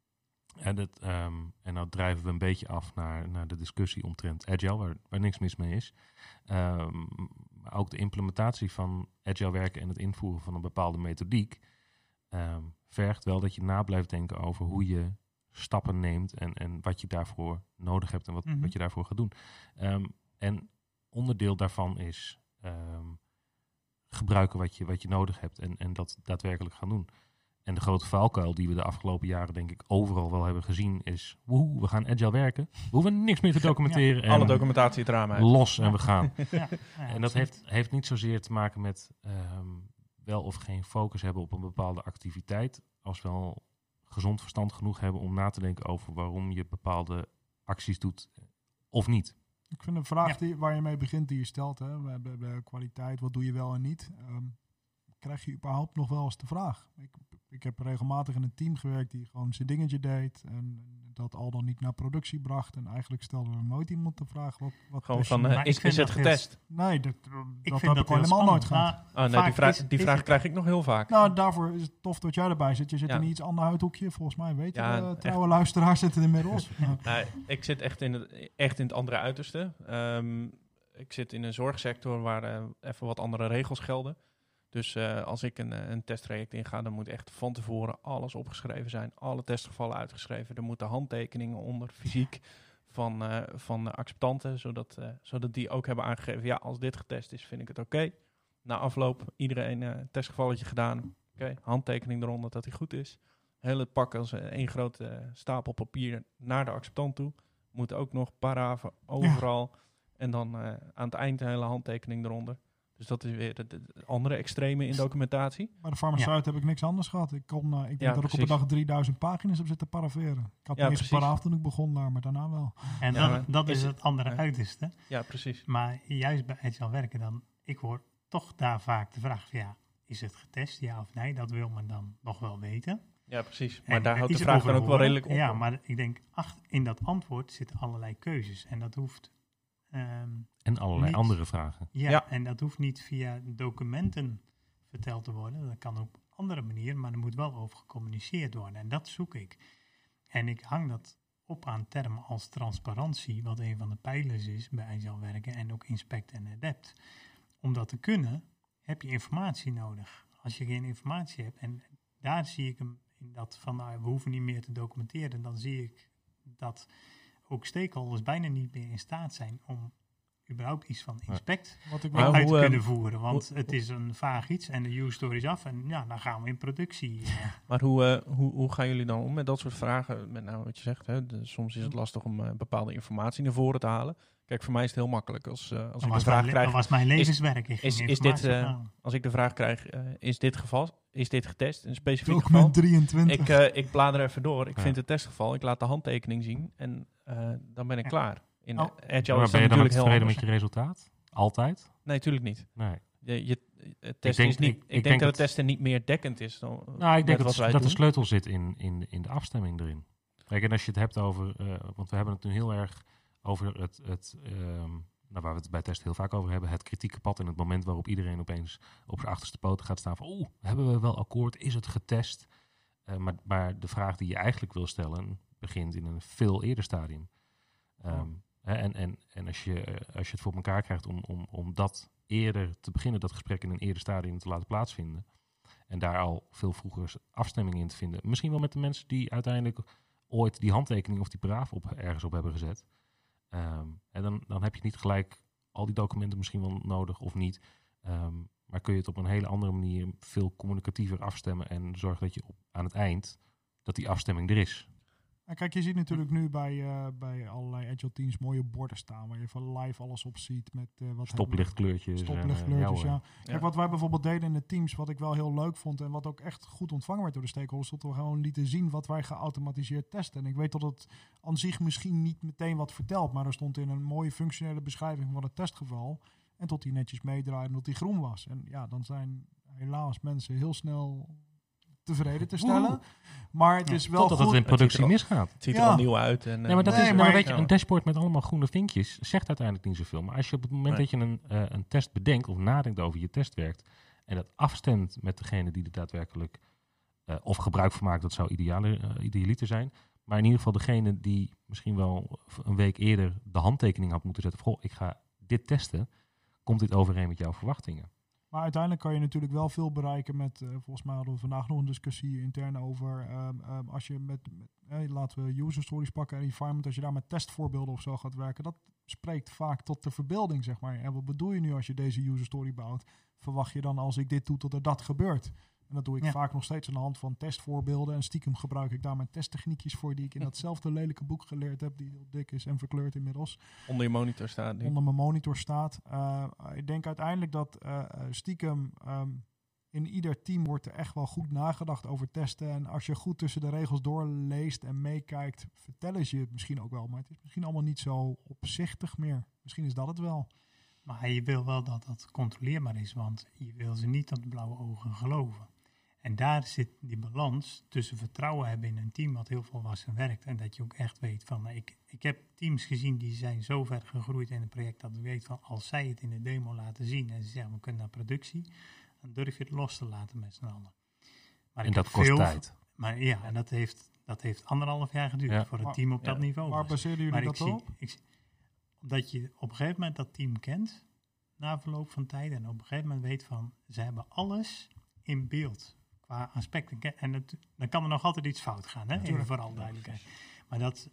En nou drijven we een beetje af naar de discussie omtrent agile, waar niks mis mee is. Maar ook de implementatie van agile werken en het invoeren van een bepaalde methodiek vergt wel dat je na blijft denken over hoe je stappen neemt en wat je daarvoor nodig hebt en wat je daarvoor gaat doen. En onderdeel daarvan is gebruiken wat je nodig hebt en dat daadwerkelijk gaan doen. En de grote valkuil die we de afgelopen jaren denk ik overal wel hebben gezien is, we gaan agile werken. We hoeven niks meer te documenteren. alle en documentatie het raam uit. los en we gaan. Ja, En dat heeft niet zozeer te maken met wel of geen focus hebben op een bepaalde activiteit, als wel gezond verstand genoeg hebben om na te denken over waarom je bepaalde acties doet of niet. Ik vind een vraag waar je mee begint die je stelt. Hè? We hebben de kwaliteit, wat doe je wel en niet? Krijg je überhaupt nog wel eens de vraag? Ik heb regelmatig in een team gewerkt die gewoon zijn dingetje deed en dat al dan niet naar productie bracht. En eigenlijk stelde er nooit iemand de vraag wat Gewoon test je van, nou? Maar ik is vind het dat getest? Nee, dat Ik heb vind ik dat heel helemaal nooit spannend. gehad. Maar Oh, nee, vaak die vraag krijg ik nog heel vaak. Nou, daarvoor is het tof dat jij erbij zit. Je zit Ja. in een iets ander uithoekje. Volgens mij weten Ja, de echt. trouwe luisteraars zitten inmiddels. Ja. Nou, ik zit echt in het andere uiterste. Ik zit in een zorgsector waar even wat andere regels gelden. Dus als ik een testtraject inga, dan moet echt van tevoren alles opgeschreven zijn. Alle testgevallen uitgeschreven. Er moeten handtekeningen onder, fysiek, van de acceptanten. Zodat die ook hebben aangegeven, ja, als dit getest is, vind ik het oké. Na afloop, iedereen een testgevalletje gedaan. Oké, handtekening eronder dat hij goed is. Hele pak als één grote stapel papier naar de acceptant toe. Moet ook nog paraven overal. En dan aan het eind een hele handtekening eronder. Dus dat is weer de andere extreme in documentatie. Bij de farmaceut heb ik niks anders gehad. Ik denk dat ik op precies. een dag 3000 pagina's heb zitten paraveren. Ik had niet eens paraaf toen ik begon daar, maar daarna wel. En dat is het andere uiterste. Ja, precies. Maar juist bij agile werken dan, ik hoor toch daar vaak de vraag van, is het getest, ja of nee? Dat wil men dan nog wel weten. Ja, precies. Maar En daar houdt de is vraag dan ook wel overwogen. redelijk op. Ja, maar ik denk, in dat antwoord zitten allerlei keuzes. En dat hoeft... En allerlei niet- andere vragen. Ja, en dat hoeft niet via documenten verteld te worden. Dat kan op andere manier, maar er moet wel over gecommuniceerd worden. En dat zoek ik. En ik hang dat op aan termen als transparantie, wat een van de pijlers is bij agile werken en ook inspect en adapt. Om dat te kunnen, heb je informatie nodig. Als je geen informatie hebt, en daar zie ik hem in dat van, we hoeven niet meer te documenteren, dan zie ik dat ook stakeholders bijna niet meer in staat zijn om überhaupt iets van inspect Wat ik Maar wel uit te hoe, kunnen voeren. Want het is een vaag iets en de use story is af en dan gaan we in productie. Maar hoe gaan jullie dan om met dat soort vragen? Met nou wat je zegt, hè, soms is het lastig om bepaalde informatie naar voren te halen. Kijk, voor mij is het heel makkelijk als ik de vraag krijg. Dat was mijn levenswerk. Als ik de vraag krijg, is dit getest? Een specifiek geval? document 23. Ik blader even door. Ik vind het testgeval. Ik laat de handtekening zien en dan ben ik klaar. In Agile Maar is ben dat je dan natuurlijk ook heel tevreden anders. met je resultaat? Altijd? Nee, natuurlijk niet. Nee. Het testen is niet. Ik denk dat het testen niet meer dekkend is dan. Nou, ik denk wat wij dat de doen. sleutel zit in de afstemming erin. Kijk, en als je het hebt over... want we hebben het nu heel erg over waar we het bij test heel vaak over hebben, het kritieke pad en het moment waarop iedereen opeens op zijn achterste poten gaat staan van, hebben we wel akkoord? Is het getest? Maar de vraag die je eigenlijk wil stellen begint in een veel eerder stadium. En als je het voor elkaar krijgt om dat eerder te beginnen, dat gesprek in een eerder stadium te laten plaatsvinden, en daar al veel vroeger afstemming in te vinden, misschien wel met de mensen die uiteindelijk ooit die handtekening of die paragraaf ergens op hebben gezet. En dan heb je niet gelijk al die documenten misschien wel nodig of niet. Maar kun je het op een hele andere manier veel communicatiever afstemmen en zorgen dat je aan het eind dat die afstemming er is. En kijk, je ziet natuurlijk nu bij allerlei agile teams mooie borden staan waar je van live alles op ziet met Stoplichtkleurtjes. Stoplichtkleurtjes, ja. Kijk, wat wij bijvoorbeeld deden in de teams, wat ik wel heel leuk vond en wat ook echt goed ontvangen werd door de stakeholders, dat we gewoon lieten zien wat wij geautomatiseerd testen. En ik weet dat het aan zich misschien niet meteen wat vertelt, maar er stond in een mooie functionele beschrijving van het testgeval en tot die netjes meedraaide en tot die groen was. En ja, dan zijn helaas mensen heel snel tevreden te stellen. Maar het is wel totdat goed. het in productie misgaat. Het ziet er al nieuw uit. En, Nee, maar dat nee, is, maar weet je, een dashboard met allemaal groene vinkjes zegt uiteindelijk niet zoveel. Maar als je op het moment dat je een test bedenkt of nadenkt over je testwerk en dat afstemt met degene die er daadwerkelijk of gebruik van maakt, dat zou idealiter zijn. Maar in ieder geval degene die misschien wel een week eerder de handtekening had moeten zetten. Ik ga dit testen. Komt dit overeen met jouw verwachtingen? Maar uiteindelijk kan je natuurlijk wel veel bereiken met, volgens mij hadden we vandaag nog een discussie intern over, als je laten we user stories pakken en environment, als je daar met testvoorbeelden of zo gaat werken, dat spreekt vaak tot de verbeelding, zeg maar. En wat bedoel je nu als je deze user story bouwt? Verwacht je dan als ik dit doe tot er dat gebeurt? En dat doe ik vaak nog steeds aan de hand van testvoorbeelden. En stiekem gebruik ik daar mijn testtechniekjes voor die ik in datzelfde lelijke boek geleerd heb, die heel dik is en verkleurd inmiddels. onder je monitor staat nu. Onder mijn monitor staat. Ik denk uiteindelijk dat stiekem in ieder team wordt er echt wel goed nagedacht over testen. En als je goed tussen de regels doorleest en meekijkt, vertellen ze je het misschien ook wel. Maar het is misschien allemaal niet zo opzichtig meer. Misschien is dat het wel. Maar je wil wel dat dat controleerbaar is, want je wil ze niet op de blauwe ogen geloven. En daar zit die balans tussen vertrouwen hebben in een team wat heel volwassen werkt. En dat je ook echt weet van, ik heb teams gezien die zijn zo ver gegroeid in een project dat ik weet van, als zij het in de demo laten zien en ze zeggen we kunnen naar productie, dan durf je het los te laten met z'n allen. Maar En dat kost tijd. Maar ja, en dat heeft 1,5 jaar geduurd voor het team op dat niveau. Waar baseerden jullie dat op? Omdat je op een gegeven moment dat team kent, na verloop van tijd, en op een gegeven moment weet van, ze hebben alles in beeld qua aspecten. En dan kan er nog altijd iets fout gaan, hè? Even vooral duidelijkheid. Maar dat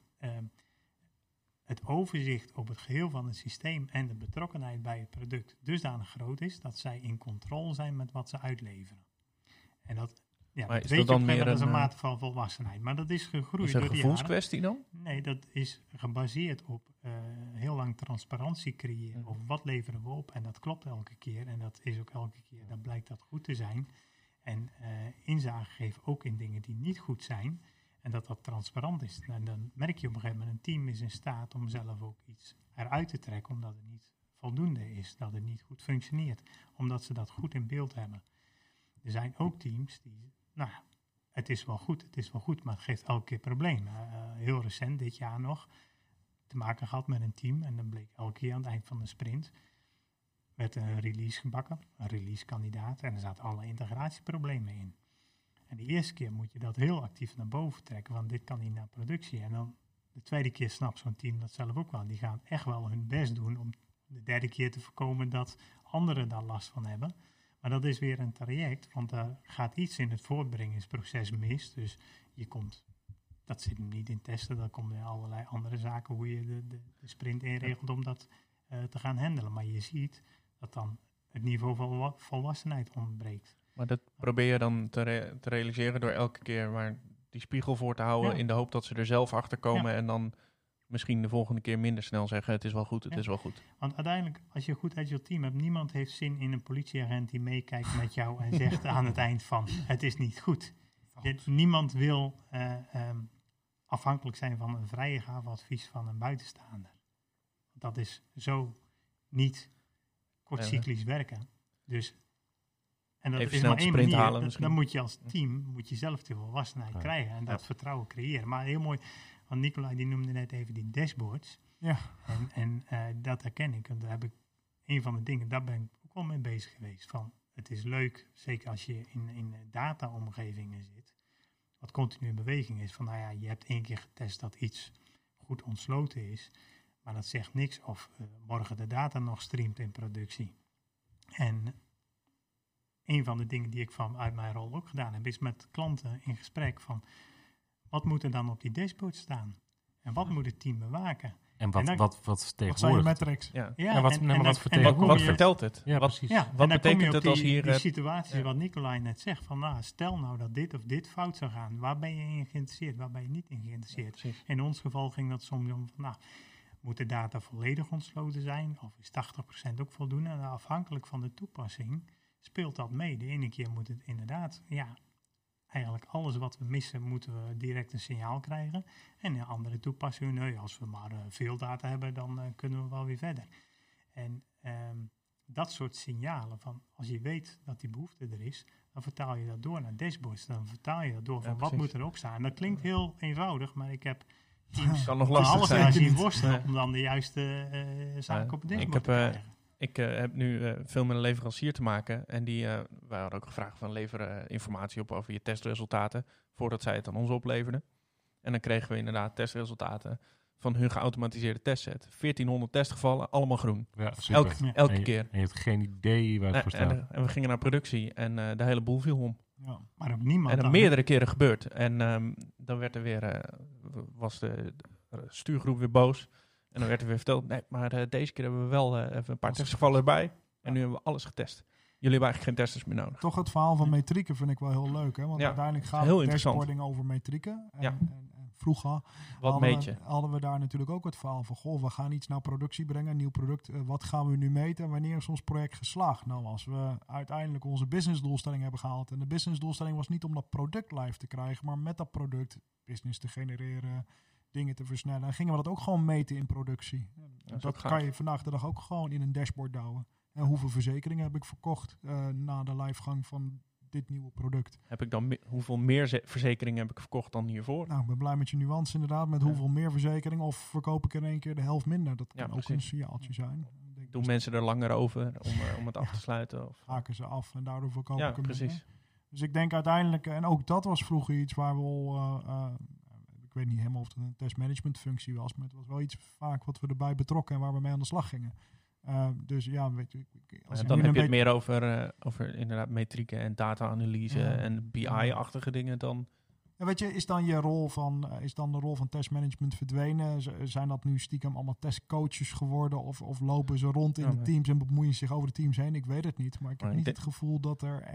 het overzicht op het geheel van het systeem en de betrokkenheid bij het product dusdanig groot is, dat zij in controle zijn met wat ze uitleveren. En dat Ja, Maar dat is weet dat je dan op een meer gegeven moment een, als een mate van volwassenheid. Maar dat is gegroeid is een door die gevoelskwestie dan? jaren. Nee, dat is gebaseerd op heel lang transparantie creëren. Mhm. Over wat leveren we op. En dat klopt elke keer. En dat is ook elke keer, dan blijkt dat goed te zijn. En inzage geven ook in dingen die niet goed zijn. En dat transparant is. En dan merk je op een gegeven moment, een team is in staat om zelf ook iets eruit te trekken. Omdat het niet voldoende is. Dat het niet goed functioneert. Omdat ze dat goed in beeld hebben. Er zijn ook teams die, nou, het is wel goed, maar het geeft elke keer problemen. Heel recent, dit jaar nog, te maken gehad met een team. En dan bleek elke keer aan het eind van de sprint, werd een release gebakken, een release-kandidaat. En er zaten alle integratieproblemen in. En de eerste keer moet je dat heel actief naar boven trekken, want dit kan niet naar productie. En dan de tweede keer snapt zo'n team dat zelf ook wel. Die gaan echt wel hun best doen om de derde keer te voorkomen dat anderen daar last van hebben. Maar dat is weer een traject, want daar gaat iets in het voortbrengingsproces mis. Dus dat zit hem niet in testen, dan komen er allerlei andere zaken hoe je de sprint inregelt om dat te gaan handelen. Maar je ziet dat dan het niveau van volwassenheid ontbreekt. Maar dat probeer je dan te realiseren door elke keer maar die spiegel voor te houden Ja. in de hoop dat ze er zelf achter komen Ja. en dan misschien de volgende keer minder snel zeggen het is wel goed, het Ja. is wel goed. Want uiteindelijk, als je een goed agile team hebt, niemand heeft zin in een politieagent die meekijkt met jou en zegt aan het eind van, het is niet goed. Niemand wil afhankelijk zijn van een vrijgave advies van een buitenstaander. Dat is zo niet kortcyclisch werken. Dus, en dat Even is snel maar de één sprint manier. halen misschien. Dan moet je als team moet je zelf de volwassenheid Ja. krijgen en dat Ja. vertrouwen creëren. Maar heel mooi, want Nicolai die noemde net even die dashboards. Ja. En dat herken ik. En daar heb ik een van de dingen, daar ben ik ook wel mee bezig geweest. Van, het is leuk, zeker als je in data-omgevingen zit, wat continu in beweging is. Van nou ja, je hebt 1 keer getest dat iets goed ontsloten is, maar dat zegt niks of morgen de data nog streamt in productie. En een van de dingen die ik uit mijn rol ook gedaan heb, is met klanten in gesprek van, wat moet er dan op die dashboard staan? En wat moet het team bewaken? En En dan- wat Wat zijn je tegenwoordig? metrics? Ja. Ja, wat- nee, maar wat dan vertegenwoordigt- kom Wat je- vertelt het? Ja, Wat, precies. Ja, Wat en dan betekent kom je op het als die, hier, die eh, situatie ja. wat Nicolai net zegt, van nou, stel nou dat dit of dit fout zou gaan, waar ben je in geïnteresseerd, waar ben je niet in geïnteresseerd? Precies. In ons geval ging dat soms om van, nou, moet de data volledig ontsloten zijn of is 80% ook voldoende? En afhankelijk van de toepassing speelt dat mee. De ene keer moet het inderdaad, ja, eigenlijk alles wat we missen moeten we direct een signaal krijgen. En in andere toepassingen, nee, als we maar veel data hebben, dan kunnen we wel weer verder. En dat soort signalen van, als je weet dat die behoefte er is, dan vertaal je dat door naar dashboards. Dan vertaal je dat door van Ja, wat precies. moet erop staan. En dat klinkt heel eenvoudig, maar ik heb teams Kan nog van lastig alles zijn. aan zien worstelen Nee. om dan de juiste zaken op het ik dashboard te heb, krijgen. Ik heb nu veel met een leverancier te maken. En wij hadden ook gevraagd van lever informatie op over je testresultaten. Voordat zij het aan ons opleverden. En dan kregen we inderdaad testresultaten van hun geautomatiseerde testset. 1400 testgevallen, allemaal groen. Ja, super. Elke En je- keer. En je hebt geen idee waar het voor staat. En we gingen naar productie en de hele boel viel om. Ja. Maar ook niemand. En dat dan- meerdere keren gebeurd. En dan werd er weer, was de stuurgroep weer boos. En dan werd er weer verteld, nee, maar deze keer hebben we wel even een paar testgevallen erbij. En nu hebben we alles getest. Jullie hebben eigenlijk geen testers meer nodig. Toch het verhaal van metrieken vind ik wel heel leuk. Hè? Want Ja, uiteindelijk gaat heel het interessant. dashboarding over metrieken. En, Ja. en vroeger Wat hadden meet je? hadden we daar natuurlijk ook het verhaal van, goh, we gaan iets naar productie brengen, een nieuw product. Wat gaan we nu meten en wanneer is ons project geslaagd? Nou, als we uiteindelijk onze businessdoelstelling hebben gehaald. En de businessdoelstelling was niet om dat product live te krijgen, maar met dat product business te genereren, dingen te versnellen. En gingen we dat ook gewoon meten in productie. is ook Dat gaaf. kan je vandaag de dag ook gewoon in een dashboard douwen. En hoeveel verzekeringen heb ik verkocht na de livegang van dit nieuwe product? Heb ik dan hoeveel meer verzekeringen heb ik verkocht dan hiervoor? Nou, ik ben blij met je nuance inderdaad. Met Ja. hoeveel meer verzekering of verkoop ik in één keer de helft minder? Dat Ja, kan ook precies. een signaaltje zijn. Ik denk, Doen dus mensen er langer over om het af te sluiten? Of? haken ze af en daardoor verkoop Ja, ik hem precies. minder. Dus ik denk uiteindelijk, en ook dat was vroeger iets waar we al, ik weet niet helemaal of het een testmanagement functie was, maar het was wel iets vaak wat we erbij betrokken en waar we mee aan de slag gingen. Dus ja, weet je, als ik Dan nu heb je een het meer over inderdaad metrieken en data-analyse Ja. en BI-achtige dingen dan. Ja, weet je, is dan je rol van, is dan de rol van testmanagement verdwenen? Zijn dat nu stiekem allemaal testcoaches geworden? Of lopen ze rond in Ja, de nee. teams en bemoeien zich over de teams heen? Ik weet het niet. Maar ik heb Maar ik niet denk- het gevoel dat er echt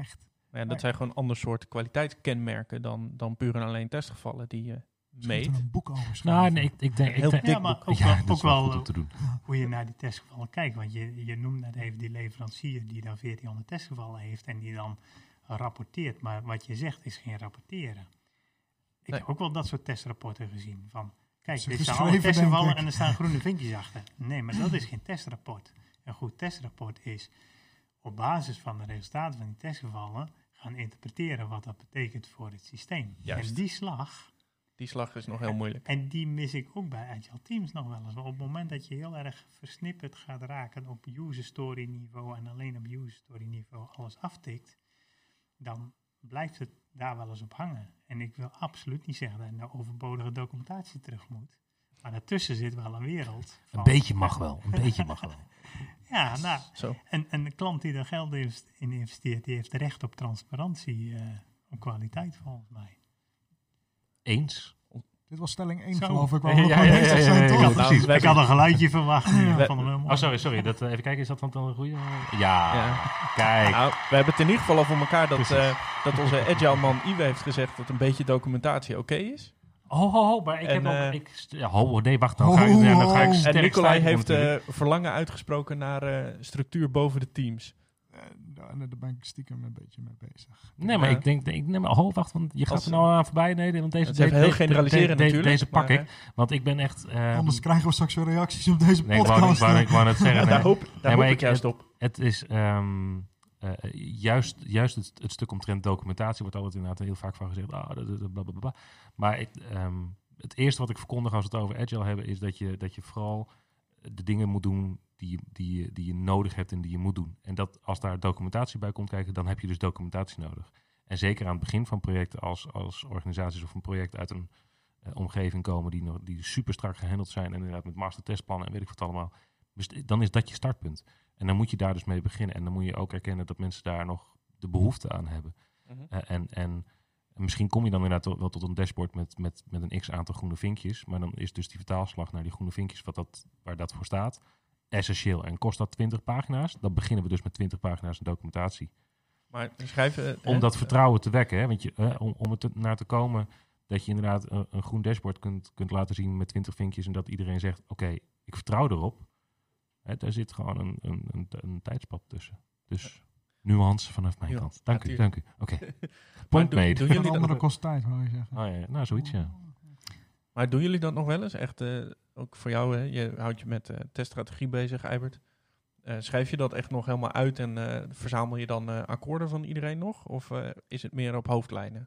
Ja, dat zijn gewoon ander soort kwaliteitskenmerken dan puur en alleen testgevallen die je meet. Er een boek over schrijven. Nou, nee, ik denk... Heel dik maar boek. ook Ja, wel, dat is wel goed ook om te doen. hoe je naar die testgevallen kijkt. Want je noemt net even die leverancier die dan 1400 testgevallen heeft en die dan rapporteert. Maar wat je zegt is geen rapporteren. Ik heb ook wel dat soort testrapporten gezien. Van, kijk, Ze dit zijn geschreven, alle testgevallen denk ik. en er staan groene vinkjes achter. Nee, maar dat is geen testrapport. Een goed testrapport is op basis van de resultaten van die testgevallen gaan interpreteren wat dat betekent voor het systeem. Juist. En Die slag is nog heel moeilijk. en die mis ik ook bij Agile Teams nog wel eens. Want op het moment dat je heel erg versnipperd gaat raken op user story niveau en alleen op user story niveau alles aftikt, dan blijft het daar wel eens op hangen. En ik wil absoluut niet zeggen dat je naar overbodige documentatie terug moet. Maar daartussen zit wel een wereld. Een van- beetje mag wel. Een beetje mag wel. Ja, nou, Zo. en de klant die er geld in investeert, die heeft recht op transparantie, op kwaliteit volgens mij. Eens. Dit was stelling 1, Zo. geloof ik. Ja, Waar we nog ja, bezig ja, zijn, ja, toch? ja, Ik precies. had, ik had een geluidje verwacht. Ja. Ik vond hem heel mooi. Oh, sorry. Dat, even kijken, is dat dan een goede? Ja, Ja. kijk. Nou, we hebben het in ieder geval al voor elkaar dat onze agile man Iwe heeft gezegd dat een beetje documentatie oké is. Maar ik En, heb ook... nee, wacht. Dan ga ik, dan ga ik En sterk En Nicolai stijgen heeft natuurlijk. verlangen uitgesproken naar structuur boven de teams. Daar ben ik stiekem een beetje mee bezig. Nee, maar Ja. ik denk, wacht, want je gaat Als- er nou aan voorbij. Nee, want deze... Het is even heel generaliseren natuurlijk. Deze pak maar, ik, want ik ben echt... Anders krijgen we straks weer reacties op deze Nee, podcast. ik wou net zeggen. daar nee. hoop maar ik ik- juist op. Het is juist het stuk omtrent documentatie wordt altijd inderdaad heel vaak van gezegd. Blablabla. Maar het eerste wat ik verkondig als we het over agile hebben, is dat je vooral de dingen moet doen die je nodig hebt en die je moet doen. En dat als daar documentatie bij komt kijken, dan heb je dus documentatie nodig. En zeker aan het begin van projecten als organisaties of een project uit een omgeving komen die super strak gehandeld zijn en inderdaad met master testplannen en weet ik wat allemaal. Dus dan is dat je startpunt. En dan moet je daar dus mee beginnen. En dan moet je ook erkennen dat mensen daar nog de behoefte aan hebben. En misschien kom je dan inderdaad wel tot een dashboard met een x-aantal groene vinkjes. Maar dan is dus die vertaalslag naar die groene vinkjes waar dat voor staat essentieel. En kost dat 20 pagina's? Dan beginnen we dus met 20 pagina's aan documentatie. Maar schrijven... Om dat vertrouwen te wekken. Hè? Want om het naar te komen dat je inderdaad een groen dashboard kunt laten zien met 20 vinkjes. En dat iedereen zegt, oké, ik vertrouw erop. Hè, daar zit gewoon een tijdspad tussen. Dus nuance vanaf mijn kant. Dank u. Oké. Point made. Doen Een jullie andere dat, kost tijd, wou je zeggen. Oh ja, nou zoiets ja. maar doen jullie dat nog wel eens? Echt, ook voor jou, hè? Je houdt je met teststrategie bezig, Eibert. Schrijf je dat echt nog helemaal uit en verzamel je dan akkoorden van iedereen nog? Of is het meer op hoofdlijnen?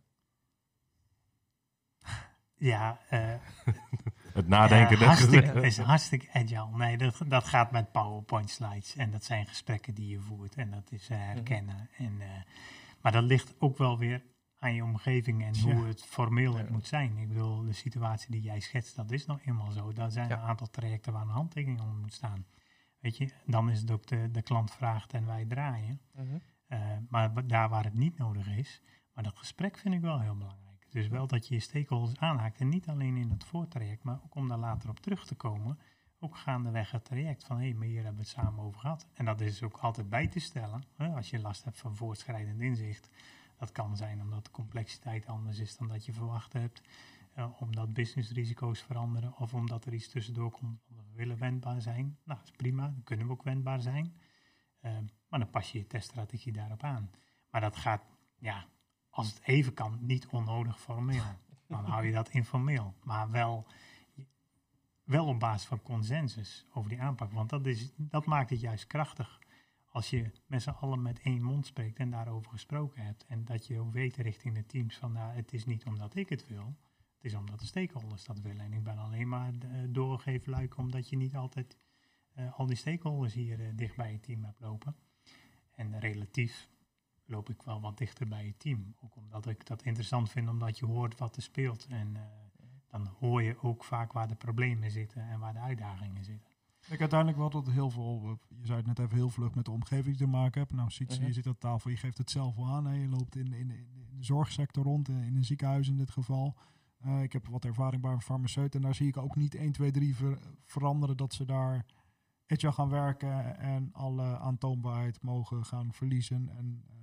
Ja, Het nadenken. het is hartstikke agile. Nee, dat gaat met PowerPoint slides. En dat zijn gesprekken die je voert. En dat is herkennen. Maar dat ligt ook wel weer aan je omgeving en hoe het formeel het moet zijn. Ik bedoel, de situatie die jij schetst, dat is nou eenmaal zo. Daar zijn een aantal trajecten waar een handtekening onder moet staan. Weet je, dan is het ook de klant vraagt en wij draaien. Maar daar waar het niet nodig is. Maar dat gesprek vind ik wel heel belangrijk. Dus wel dat je stakeholders aanhaakt. En niet alleen in het voortraject, maar ook om daar later op terug te komen. Ook gaandeweg het traject van, maar hier hebben we het samen over gehad. En dat is ook altijd bij te stellen. Als je last hebt van voortschrijdend inzicht. Dat kan zijn omdat de complexiteit anders is dan dat je verwacht hebt. Omdat businessrisico's veranderen. Of omdat er iets tussendoor komt. We willen wendbaar zijn. Nou, dat is prima. Dan kunnen we ook wendbaar zijn. Maar dan pas je je teststrategie daarop aan. Maar dat gaat, als het even kan, niet onnodig formeel. Dan hou je dat informeel. Maar wel op basis van consensus over die aanpak. Want dat maakt het juist krachtig. Als je met z'n allen met één mond spreekt en daarover gesproken hebt. En dat je ook weet richting de teams van, het is niet omdat ik het wil. Het is omdat de stakeholders dat willen. En ik ben alleen maar doorgegeven luik omdat je niet altijd al die stakeholders hier dicht bij je team hebt lopen. En relatief loop ik wel wat dichter bij je team. Ook omdat ik dat interessant vind, omdat je hoort wat er speelt. En dan hoor je ook vaak waar de problemen zitten en waar de uitdagingen zitten. Ik uiteindelijk wel dat heel veel, je zei het net even heel vlug met de omgeving te maken hebt. Nou, je zit aan tafel, je geeft het zelf wel aan. Hè. Je loopt in de zorgsector rond, in een ziekenhuis in dit geval. Ik heb wat ervaring bij een farmaceut en daar zie ik ook niet 1, 2, 3 veranderen dat ze daar agile gaan werken en alle aantoonbaarheid mogen gaan verliezen. En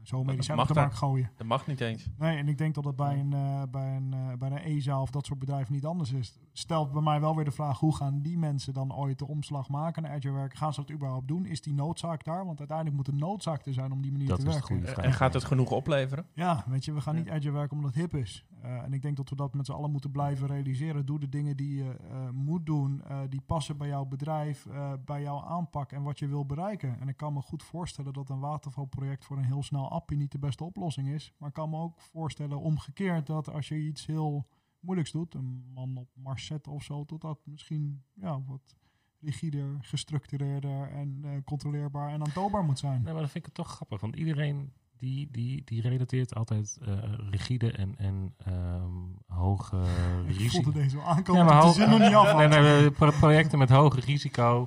zo'n medicijn mag op de markt daar. gooien. Dat mag niet eens. Nee, en ik denk dat dat bij een ESA of dat soort bedrijven niet anders is. Stelt bij mij wel weer de vraag, hoe gaan die mensen dan ooit de omslag maken naar agile werken? Gaan ze dat überhaupt doen? Is die noodzaak daar? Want uiteindelijk moet de noodzaak er zijn om die manier Dat te is de werken. goede vraag. En gaat het genoeg opleveren? Ja, weet je, we gaan Ja. niet agile werken omdat het hip is. En ik denk dat we dat met z'n allen moeten blijven realiseren. Doe de dingen die je moet doen, die passen bij jouw bedrijf, bij jouw aanpak en wat je wil bereiken. En ik kan me goed voorstellen dat een watervalproject voor een heel snel appje niet de beste oplossing is. Maar ik kan me ook voorstellen omgekeerd dat als je iets heel moeilijks doet, een man op Mars zetten of zo, tot dat misschien wat rigider, gestructureerder en controleerbaar en aantoonbaar moet zijn. Nee, maar dat vind ik toch grappig, want iedereen die relateert altijd rigide en hoge Ik risico. voelde deze wel aankomen, Ja, maar het is er nog niet af. nee, projecten met hoge risico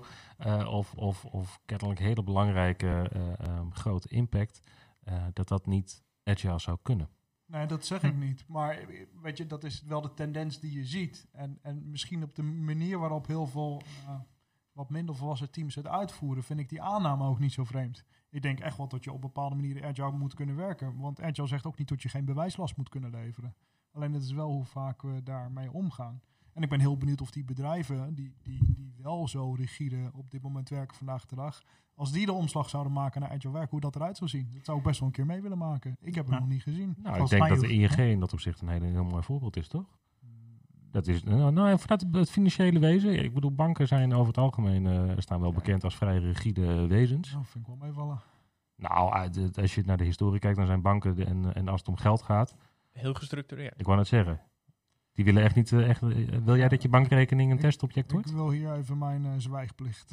of kennelijk hele belangrijke grote impact, dat niet agile zou kunnen. Nee, dat zeg ik niet. Maar weet je, dat is wel de tendens die je ziet. En misschien op de manier waarop heel veel wat minder volwassen teams het uitvoeren, vind ik die aanname ook niet zo vreemd. Ik denk echt wel dat je op bepaalde manieren agile moet kunnen werken. Want agile zegt ook niet dat je geen bewijslast moet kunnen leveren. Alleen het is wel hoe vaak we daarmee omgaan. En ik ben heel benieuwd of die bedrijven, die wel zo rigide op dit moment werken vandaag de dag, als die de omslag zouden maken naar agile werk, hoe dat eruit zou zien. Dat zou ik best wel een keer mee willen maken. Ik heb het nog niet gezien. Nou, ik Volgens denk mij dat de ook, ING in dat opzicht een heel mooi voorbeeld is, toch? Dat is, vanuit het financiële wezen. Ik bedoel, banken zijn over het algemeen staan wel bekend als vrij rigide wezens. Nou, vind ik wel meevallen. Nou, als je naar de historie kijkt, dan zijn banken en als het om geld gaat, Heel gestructureerd. ik wou net zeggen, die willen echt niet. Wil jij dat je bankrekening een testobject Ik wordt? wil hier even mijn zwijgplicht.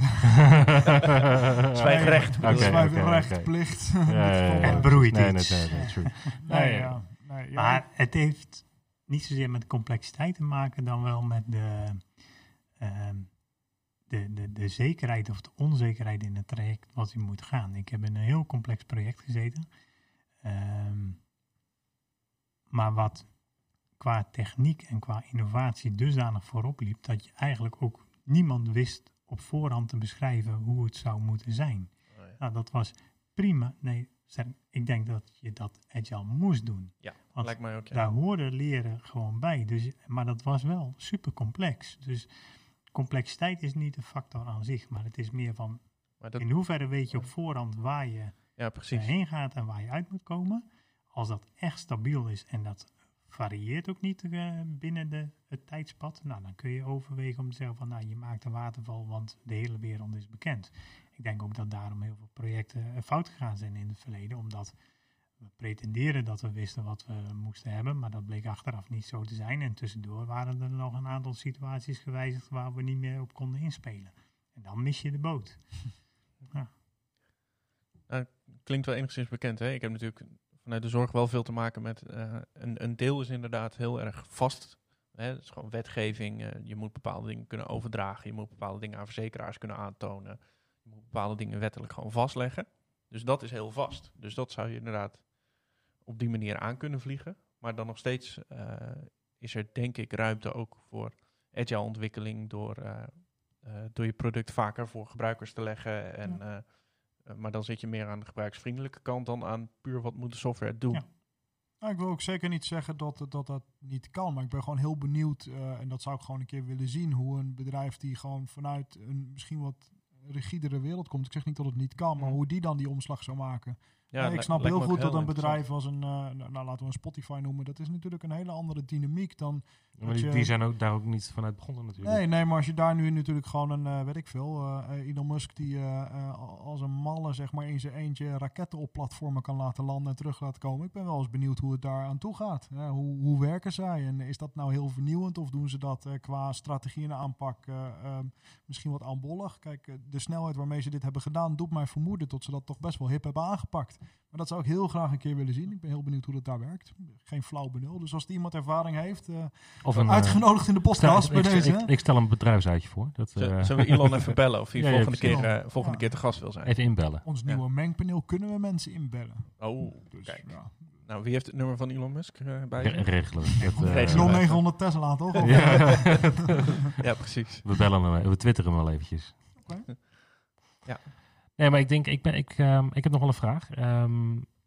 Zwijgrecht. Oké, Zwijgrechtplicht. Het broeit Nee, iets. true. Nee, ja. Nee, ja. Maar het heeft niet zozeer met complexiteit te maken dan wel met de zekerheid of de onzekerheid in het traject wat u moet gaan. Ik heb in een heel complex project gezeten. Maar wat qua techniek en qua innovatie dusdanig voorop liep, dat je eigenlijk ook niemand wist op voorhand te beschrijven hoe het zou moeten zijn. Oh, ja. Nou, dat was prima. Nee, ik denk dat je dat agile moest doen. Ja, Want lijkt mij ook. Ja. daar hoorde leren gewoon bij. Dus, maar dat was wel super complex. Dus complexiteit is niet een factor aan zich, maar het is meer van Maar dat, in hoeverre weet je op voorhand waar je ja, precies. heen gaat en waar je uit moet komen. Als dat echt stabiel is en dat varieert ook niet binnen het tijdspad, nou, dan kun je overwegen om te zeggen van nou, je maakt een waterval, want de hele wereld is bekend. Ik denk ook dat daarom heel veel projecten fout gegaan zijn in het verleden, omdat we pretenderen dat we wisten wat we moesten hebben, maar dat bleek achteraf niet zo te zijn. En tussendoor waren er nog een aantal situaties gewijzigd waar we niet meer op konden inspelen. En dan mis je de boot. Klinkt wel enigszins bekend. Hè? Ik heb natuurlijk vanuit de zorg wel veel te maken met... een deel is inderdaad heel erg vast. Hè? Het is gewoon wetgeving. Je moet bepaalde dingen kunnen overdragen. Je moet bepaalde dingen aan verzekeraars kunnen aantonen. Je moet bepaalde dingen wettelijk gewoon vastleggen. Dus dat is heel vast. Dus dat zou je inderdaad op die manier aan kunnen vliegen. Maar dan nog steeds is er denk ik ruimte ook voor agile ontwikkeling door je product vaker voor gebruikers te leggen. En, maar dan zit je meer aan de gebruiksvriendelijke kant dan aan puur wat moet de software doen. Ja. Nou, ik wil ook zeker niet zeggen dat niet kan, maar ik ben gewoon heel benieuwd, en dat zou ik gewoon een keer willen zien, hoe een bedrijf die gewoon vanuit een misschien wat rigidere wereld komt, ik zeg niet dat het niet kan, maar hoe die dan die omslag zou maken. Ja, ik snap heel lijkt me goed ook dat een interessant. bedrijf als laten we een Spotify noemen, dat is natuurlijk een hele andere dynamiek dan... Maar die zijn ook daar ook niet vanuit begonnen natuurlijk. Nee, maar als je daar nu natuurlijk gewoon een, weet ik veel, Elon Musk die als een malle zeg maar in zijn eentje raketten op platformen kan laten landen en terug laten komen. Ik ben wel eens benieuwd hoe het daar aan toe gaat. Hoe werken zij en is dat nou heel vernieuwend of doen ze dat qua strategie en aanpak misschien wat aanbollig? Kijk, de snelheid waarmee ze dit hebben gedaan doet mij vermoeden dat ze dat toch best wel hip hebben aangepakt. Maar dat zou ik heel graag een keer willen zien. Ik ben heel benieuwd hoe dat daar werkt. Geen flauw benul. Dus als iemand ervaring heeft, Of een, uitgenodigd in de podcast bij deze. Ik stel een bedrijfsuitje voor. Zullen we Elon even bellen of hij Ja, volgende keer te gast wil zijn? Even inbellen. Ons nieuwe mengpaneel kunnen we mensen inbellen. Oh, Dus, kijk. ja. Nou, wie heeft het nummer van Elon Musk bij zich? Regelen. Regelen. 0900 Tesla, toch? Of- Ja, precies. We bellen hem, we twitteren hem wel eventjes. Oké. Ja. Nee, maar ik denk, ik heb nog wel een vraag.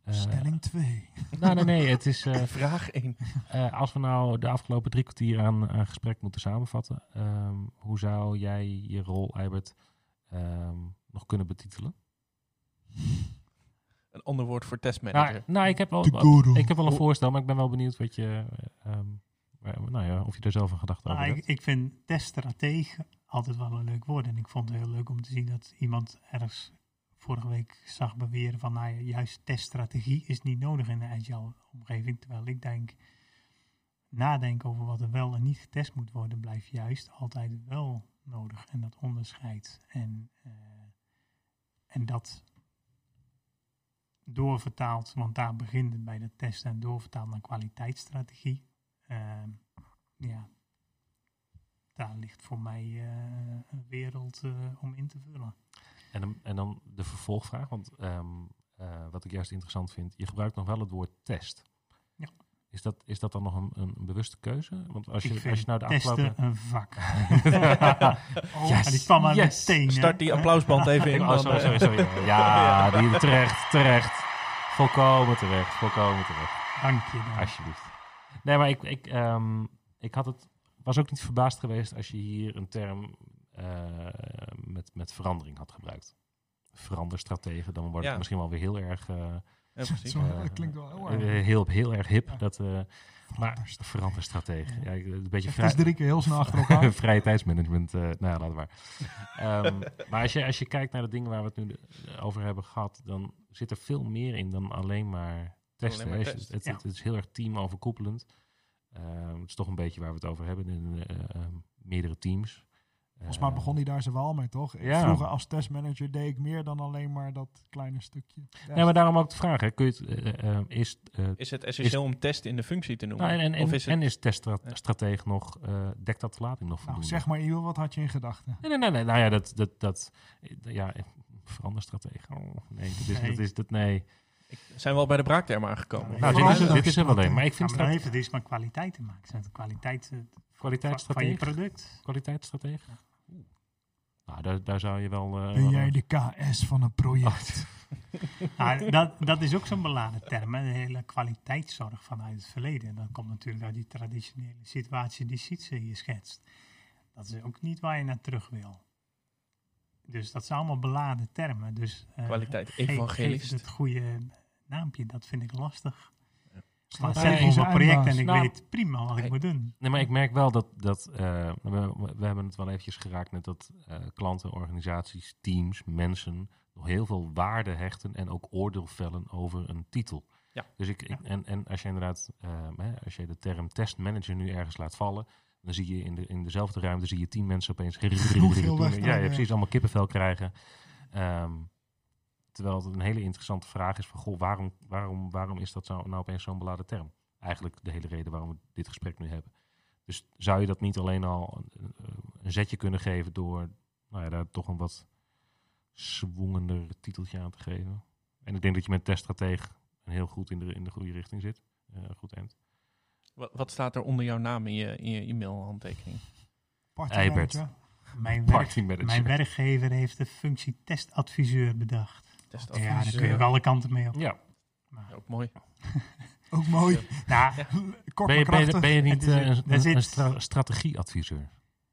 Stelling 2. Nee. Het is... Vraag 1. als we nou de afgelopen 3 kwartier aan gesprek moeten samenvatten, hoe zou jij je rol, Eibert, nog kunnen betitelen? Een ander woord voor testmanager. Nou, ik heb wel een voorstel, maar ik ben wel benieuwd wat je, of je er zelf een gedachte over hebt. Ik vind teststratege altijd wel een leuk woord. En ik vond het heel leuk om te zien dat iemand ergens vorige week zag beweren van, juist teststrategie is niet nodig in de agile omgeving. Terwijl ik denk, nadenken over wat er wel en niet getest moet worden, blijft juist altijd wel nodig. En dat onderscheid. En dat doorvertaald, want daar begint het bij de testen en doorvertaald naar kwaliteitsstrategie. Daar ligt voor mij een wereld om in te vullen. En dan de vervolgvraag, want wat ik juist interessant vind, je gebruikt nog wel het woord test. Ja. Is dat dan nog een bewuste keuze? Want als Ik je vind nou de testen afgelopen... een vak. Yes, Die kwam maar yes. meteen. Start die applausband even in. Oh, sorry. Ja, die terecht. Volkomen terecht. Dank je dan. Alsjeblieft. Nee, maar ik was ook niet verbaasd geweest als je hier een term met verandering had gebruikt. Veranderstratege, dan wordt het misschien wel weer heel erg... precies. Dat klinkt wel heel erg. heel erg hip. Ja. Maar veranderstratege. Ja, een beetje Het is 3 keer heel snel achter elkaar. vrije tijdsmanagement. Laat maar. Maar als je kijkt naar de dingen waar we het nu over hebben gehad, dan zit er veel meer in dan alleen maar testen. Alleen maar test. Het is heel erg teamoverkoepelend. Het is toch een beetje waar we het over hebben in meerdere teams. Volgens mij begon hij daar zo wel mee, toch? Ja. Vroeger als testmanager deed ik meer dan alleen maar dat kleine stukje. Nee, maar daarom ook de vraag. Hè. Kun je het, Is het essentieel om test in de functie te noemen? Nou, Of is het... is teststratege nog, dekt dat verlating nog voldoende? Nou, zeg maar, Iwo, wat had je in gedachten? Nee. Nou ja, veranderstratege. Oh, nee. Zijn we al bij de braaktermen aangekomen? Dit is er wel een. Maar ik vind dan heeft het iets met kwaliteit te maken. Zijn het kwaliteit van je product? Kwaliteitsstratege? Nou, daar zou je wel... Ben jij de KS van een project? Dat is ook zo'n beladen term. Hè? De hele kwaliteitszorg vanuit het verleden. En dat komt natuurlijk uit die traditionele situatie die Sietse hier schetst. Dat is ook niet waar je naar terug wil. Dus dat zijn allemaal beladen termen. Dus, Kwaliteit, geef evangelist. het goede naampje, dat vind ik lastig. Ja. Maar zelf over een project en ik weet prima wat ik moet doen. Nee, maar ik merk wel dat we hebben het wel eventjes geraakt met dat klanten, organisaties, teams, mensen nog heel veel waarde hechten en ook oordeel vellen over een titel. Ja. Dus en als je inderdaad, als je de term testmanager nu ergens laat vallen, dan zie je in dezelfde ruimte zie je 10 mensen opeens precies allemaal kippenvel krijgen. Terwijl het een hele interessante vraag is van, goh, waarom is dat nou opeens zo'n beladen term? Eigenlijk de hele reden waarom we dit gesprek nu hebben. Dus zou je dat niet alleen al een zetje kunnen geven door daar toch een wat zwongender titeltje aan te geven? En ik denk dat je met teststratege heel goed in de goede richting zit. Goed eind. Wat staat er onder jouw naam in je e-mailhandtekening? Eibert. Mijn werkgever heeft de functie testadviseur bedacht. Testadviseur. Ja, daar kun je ook alle kanten mee op. Ja. Ook mooi. Ook mooi. Nou, Kort maar krachtig. Ben je niet een strategieadviseur?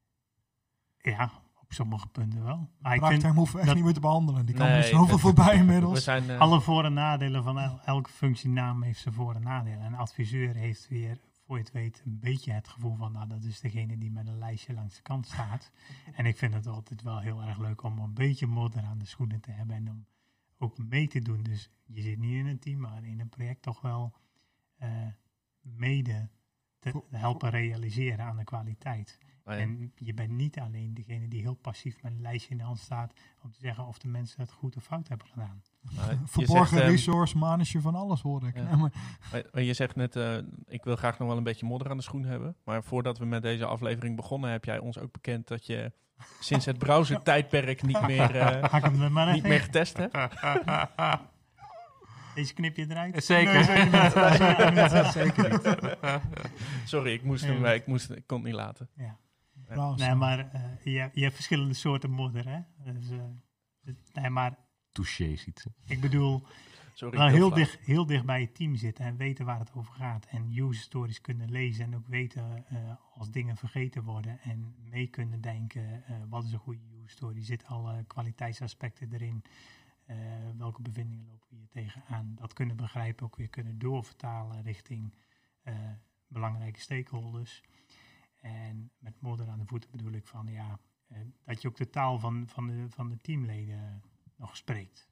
Ja, op sommige punten wel. Maar ik Braakterm vind hoeven we echt niet meer te behandelen. Die kan Nee, er zoveel voorbij inmiddels. alle voor- en nadelen van elke functienaam heeft zijn voor- en nadelen. En adviseur heeft weer, voor je het weet, een beetje het gevoel van, dat is degene die met een lijstje langs de kant staat. En ik vind het altijd wel heel erg leuk om een beetje modder aan de schoenen te hebben en om ook mee te doen. Dus je zit niet in een team, maar in een project toch wel mede te helpen realiseren aan de kwaliteit. Oh ja. En je bent niet alleen degene die heel passief met een lijstje in de hand staat om te zeggen of de mensen het goed of fout hebben gedaan. Verborgen resource manager van alles, hoor ik. Ja. Maar je zegt net, ik wil graag nog wel een beetje modder aan de schoen hebben. Maar voordat we met deze aflevering begonnen, heb jij ons ook bekend dat je sinds het browser-tijdperk niet meer getest hebt. Deze knip je eruit? Zeker. Nee, zeker niet. Sorry, ik kon het niet laten. Ja. Browser. Nee, maar je hebt verschillende soorten modder, hè? Dus, nee, maar Touché ziet ze. ik bedoel, Sorry, wel heel flauw. heel dicht bij het team zitten en weten waar het over gaat. En user stories kunnen lezen en ook weten als dingen vergeten worden. En mee kunnen denken, wat is een goede user story? Zitten alle kwaliteitsaspecten erin? Welke bevindingen lopen we hier tegenaan? Dat kunnen begrijpen, ook weer kunnen doorvertalen richting belangrijke stakeholders. En met modder aan de voeten bedoel ik van dat je ook de taal van de teamleden nog spreekt.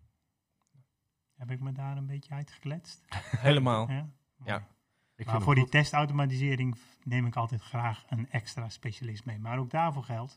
Heb ik me daar een beetje uitgekletst? Helemaal. Ja. Ja. Maar voor die testautomatisering neem ik altijd graag een extra specialist mee. Maar ook daarvoor geldt,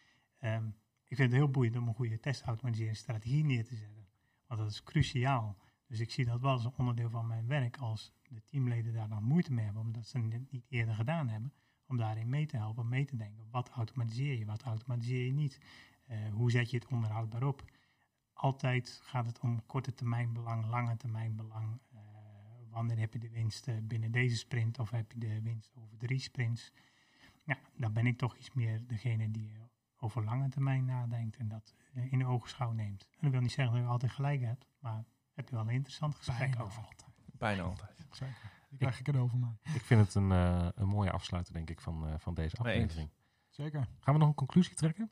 ik vind het heel boeiend om een goede testautomatiseringsstrategie neer te zetten. Want dat is cruciaal. Dus ik zie dat wel als een onderdeel van mijn werk. Als de teamleden daar dan moeite mee hebben, omdat ze het niet eerder gedaan hebben, om daarin mee te helpen, mee te denken. Wat automatiseer je niet? Hoe zet je het onderhoudbaar op? Altijd gaat het om korte termijn belang, lange termijn belang. Wanneer heb je de winst binnen deze sprint of heb je de winst over 3 sprints? Ja, dan ben ik toch iets meer degene die over lange termijn nadenkt en dat in de ogenschouw neemt. En dat wil niet zeggen dat je altijd gelijk hebt, maar heb je wel een interessant gesprek over. Bijna altijd. Zeker. Die krijg ik cadeau van mij. Ik vind het een mooie afsluiter, denk ik, van deze aflevering. Zeker. Gaan we nog een conclusie trekken?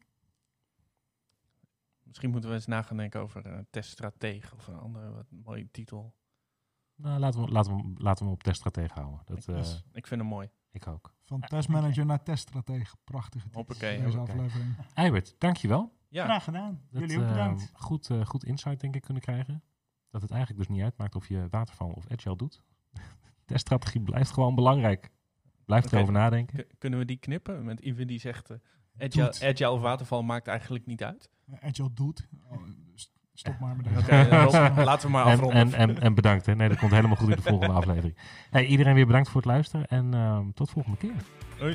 Misschien moeten we eens na gaan denken over teststratege of een andere wat mooie titel. Nou, laten we hem op teststratege houden. Ik vind hem mooi. Ik ook. Van testmanager naar teststratege. Prachtige titel. Hoppakee. Deze aflevering. Eibert, dankjewel. Ja, Graag gedaan. Dat, Jullie ook bedankt. Goed insight, denk ik, kunnen krijgen. Dat het eigenlijk dus niet uitmaakt of je waterval of agile doet. Teststrategie blijft gewoon belangrijk. Blijf erover nadenken. Kunnen we die knippen? Met Ivan die zegt, agile of waterval maakt eigenlijk niet uit. Agile doet. Stop maar met deze. Oké, Rob, laten we maar afronden. En bedankt. Hè. Nee, dat komt helemaal goed in de volgende aflevering. Hey, iedereen weer bedankt voor het luisteren. En tot volgende keer. Hoi.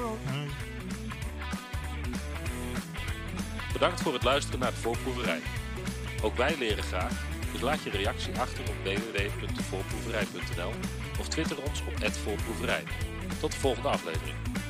Bedankt voor het luisteren naar de voorproeverij. Ook wij leren graag, dus laat je reactie achter op www.voorproeverij.nl of twitter ons op @voorproeverij. Tot de volgende aflevering.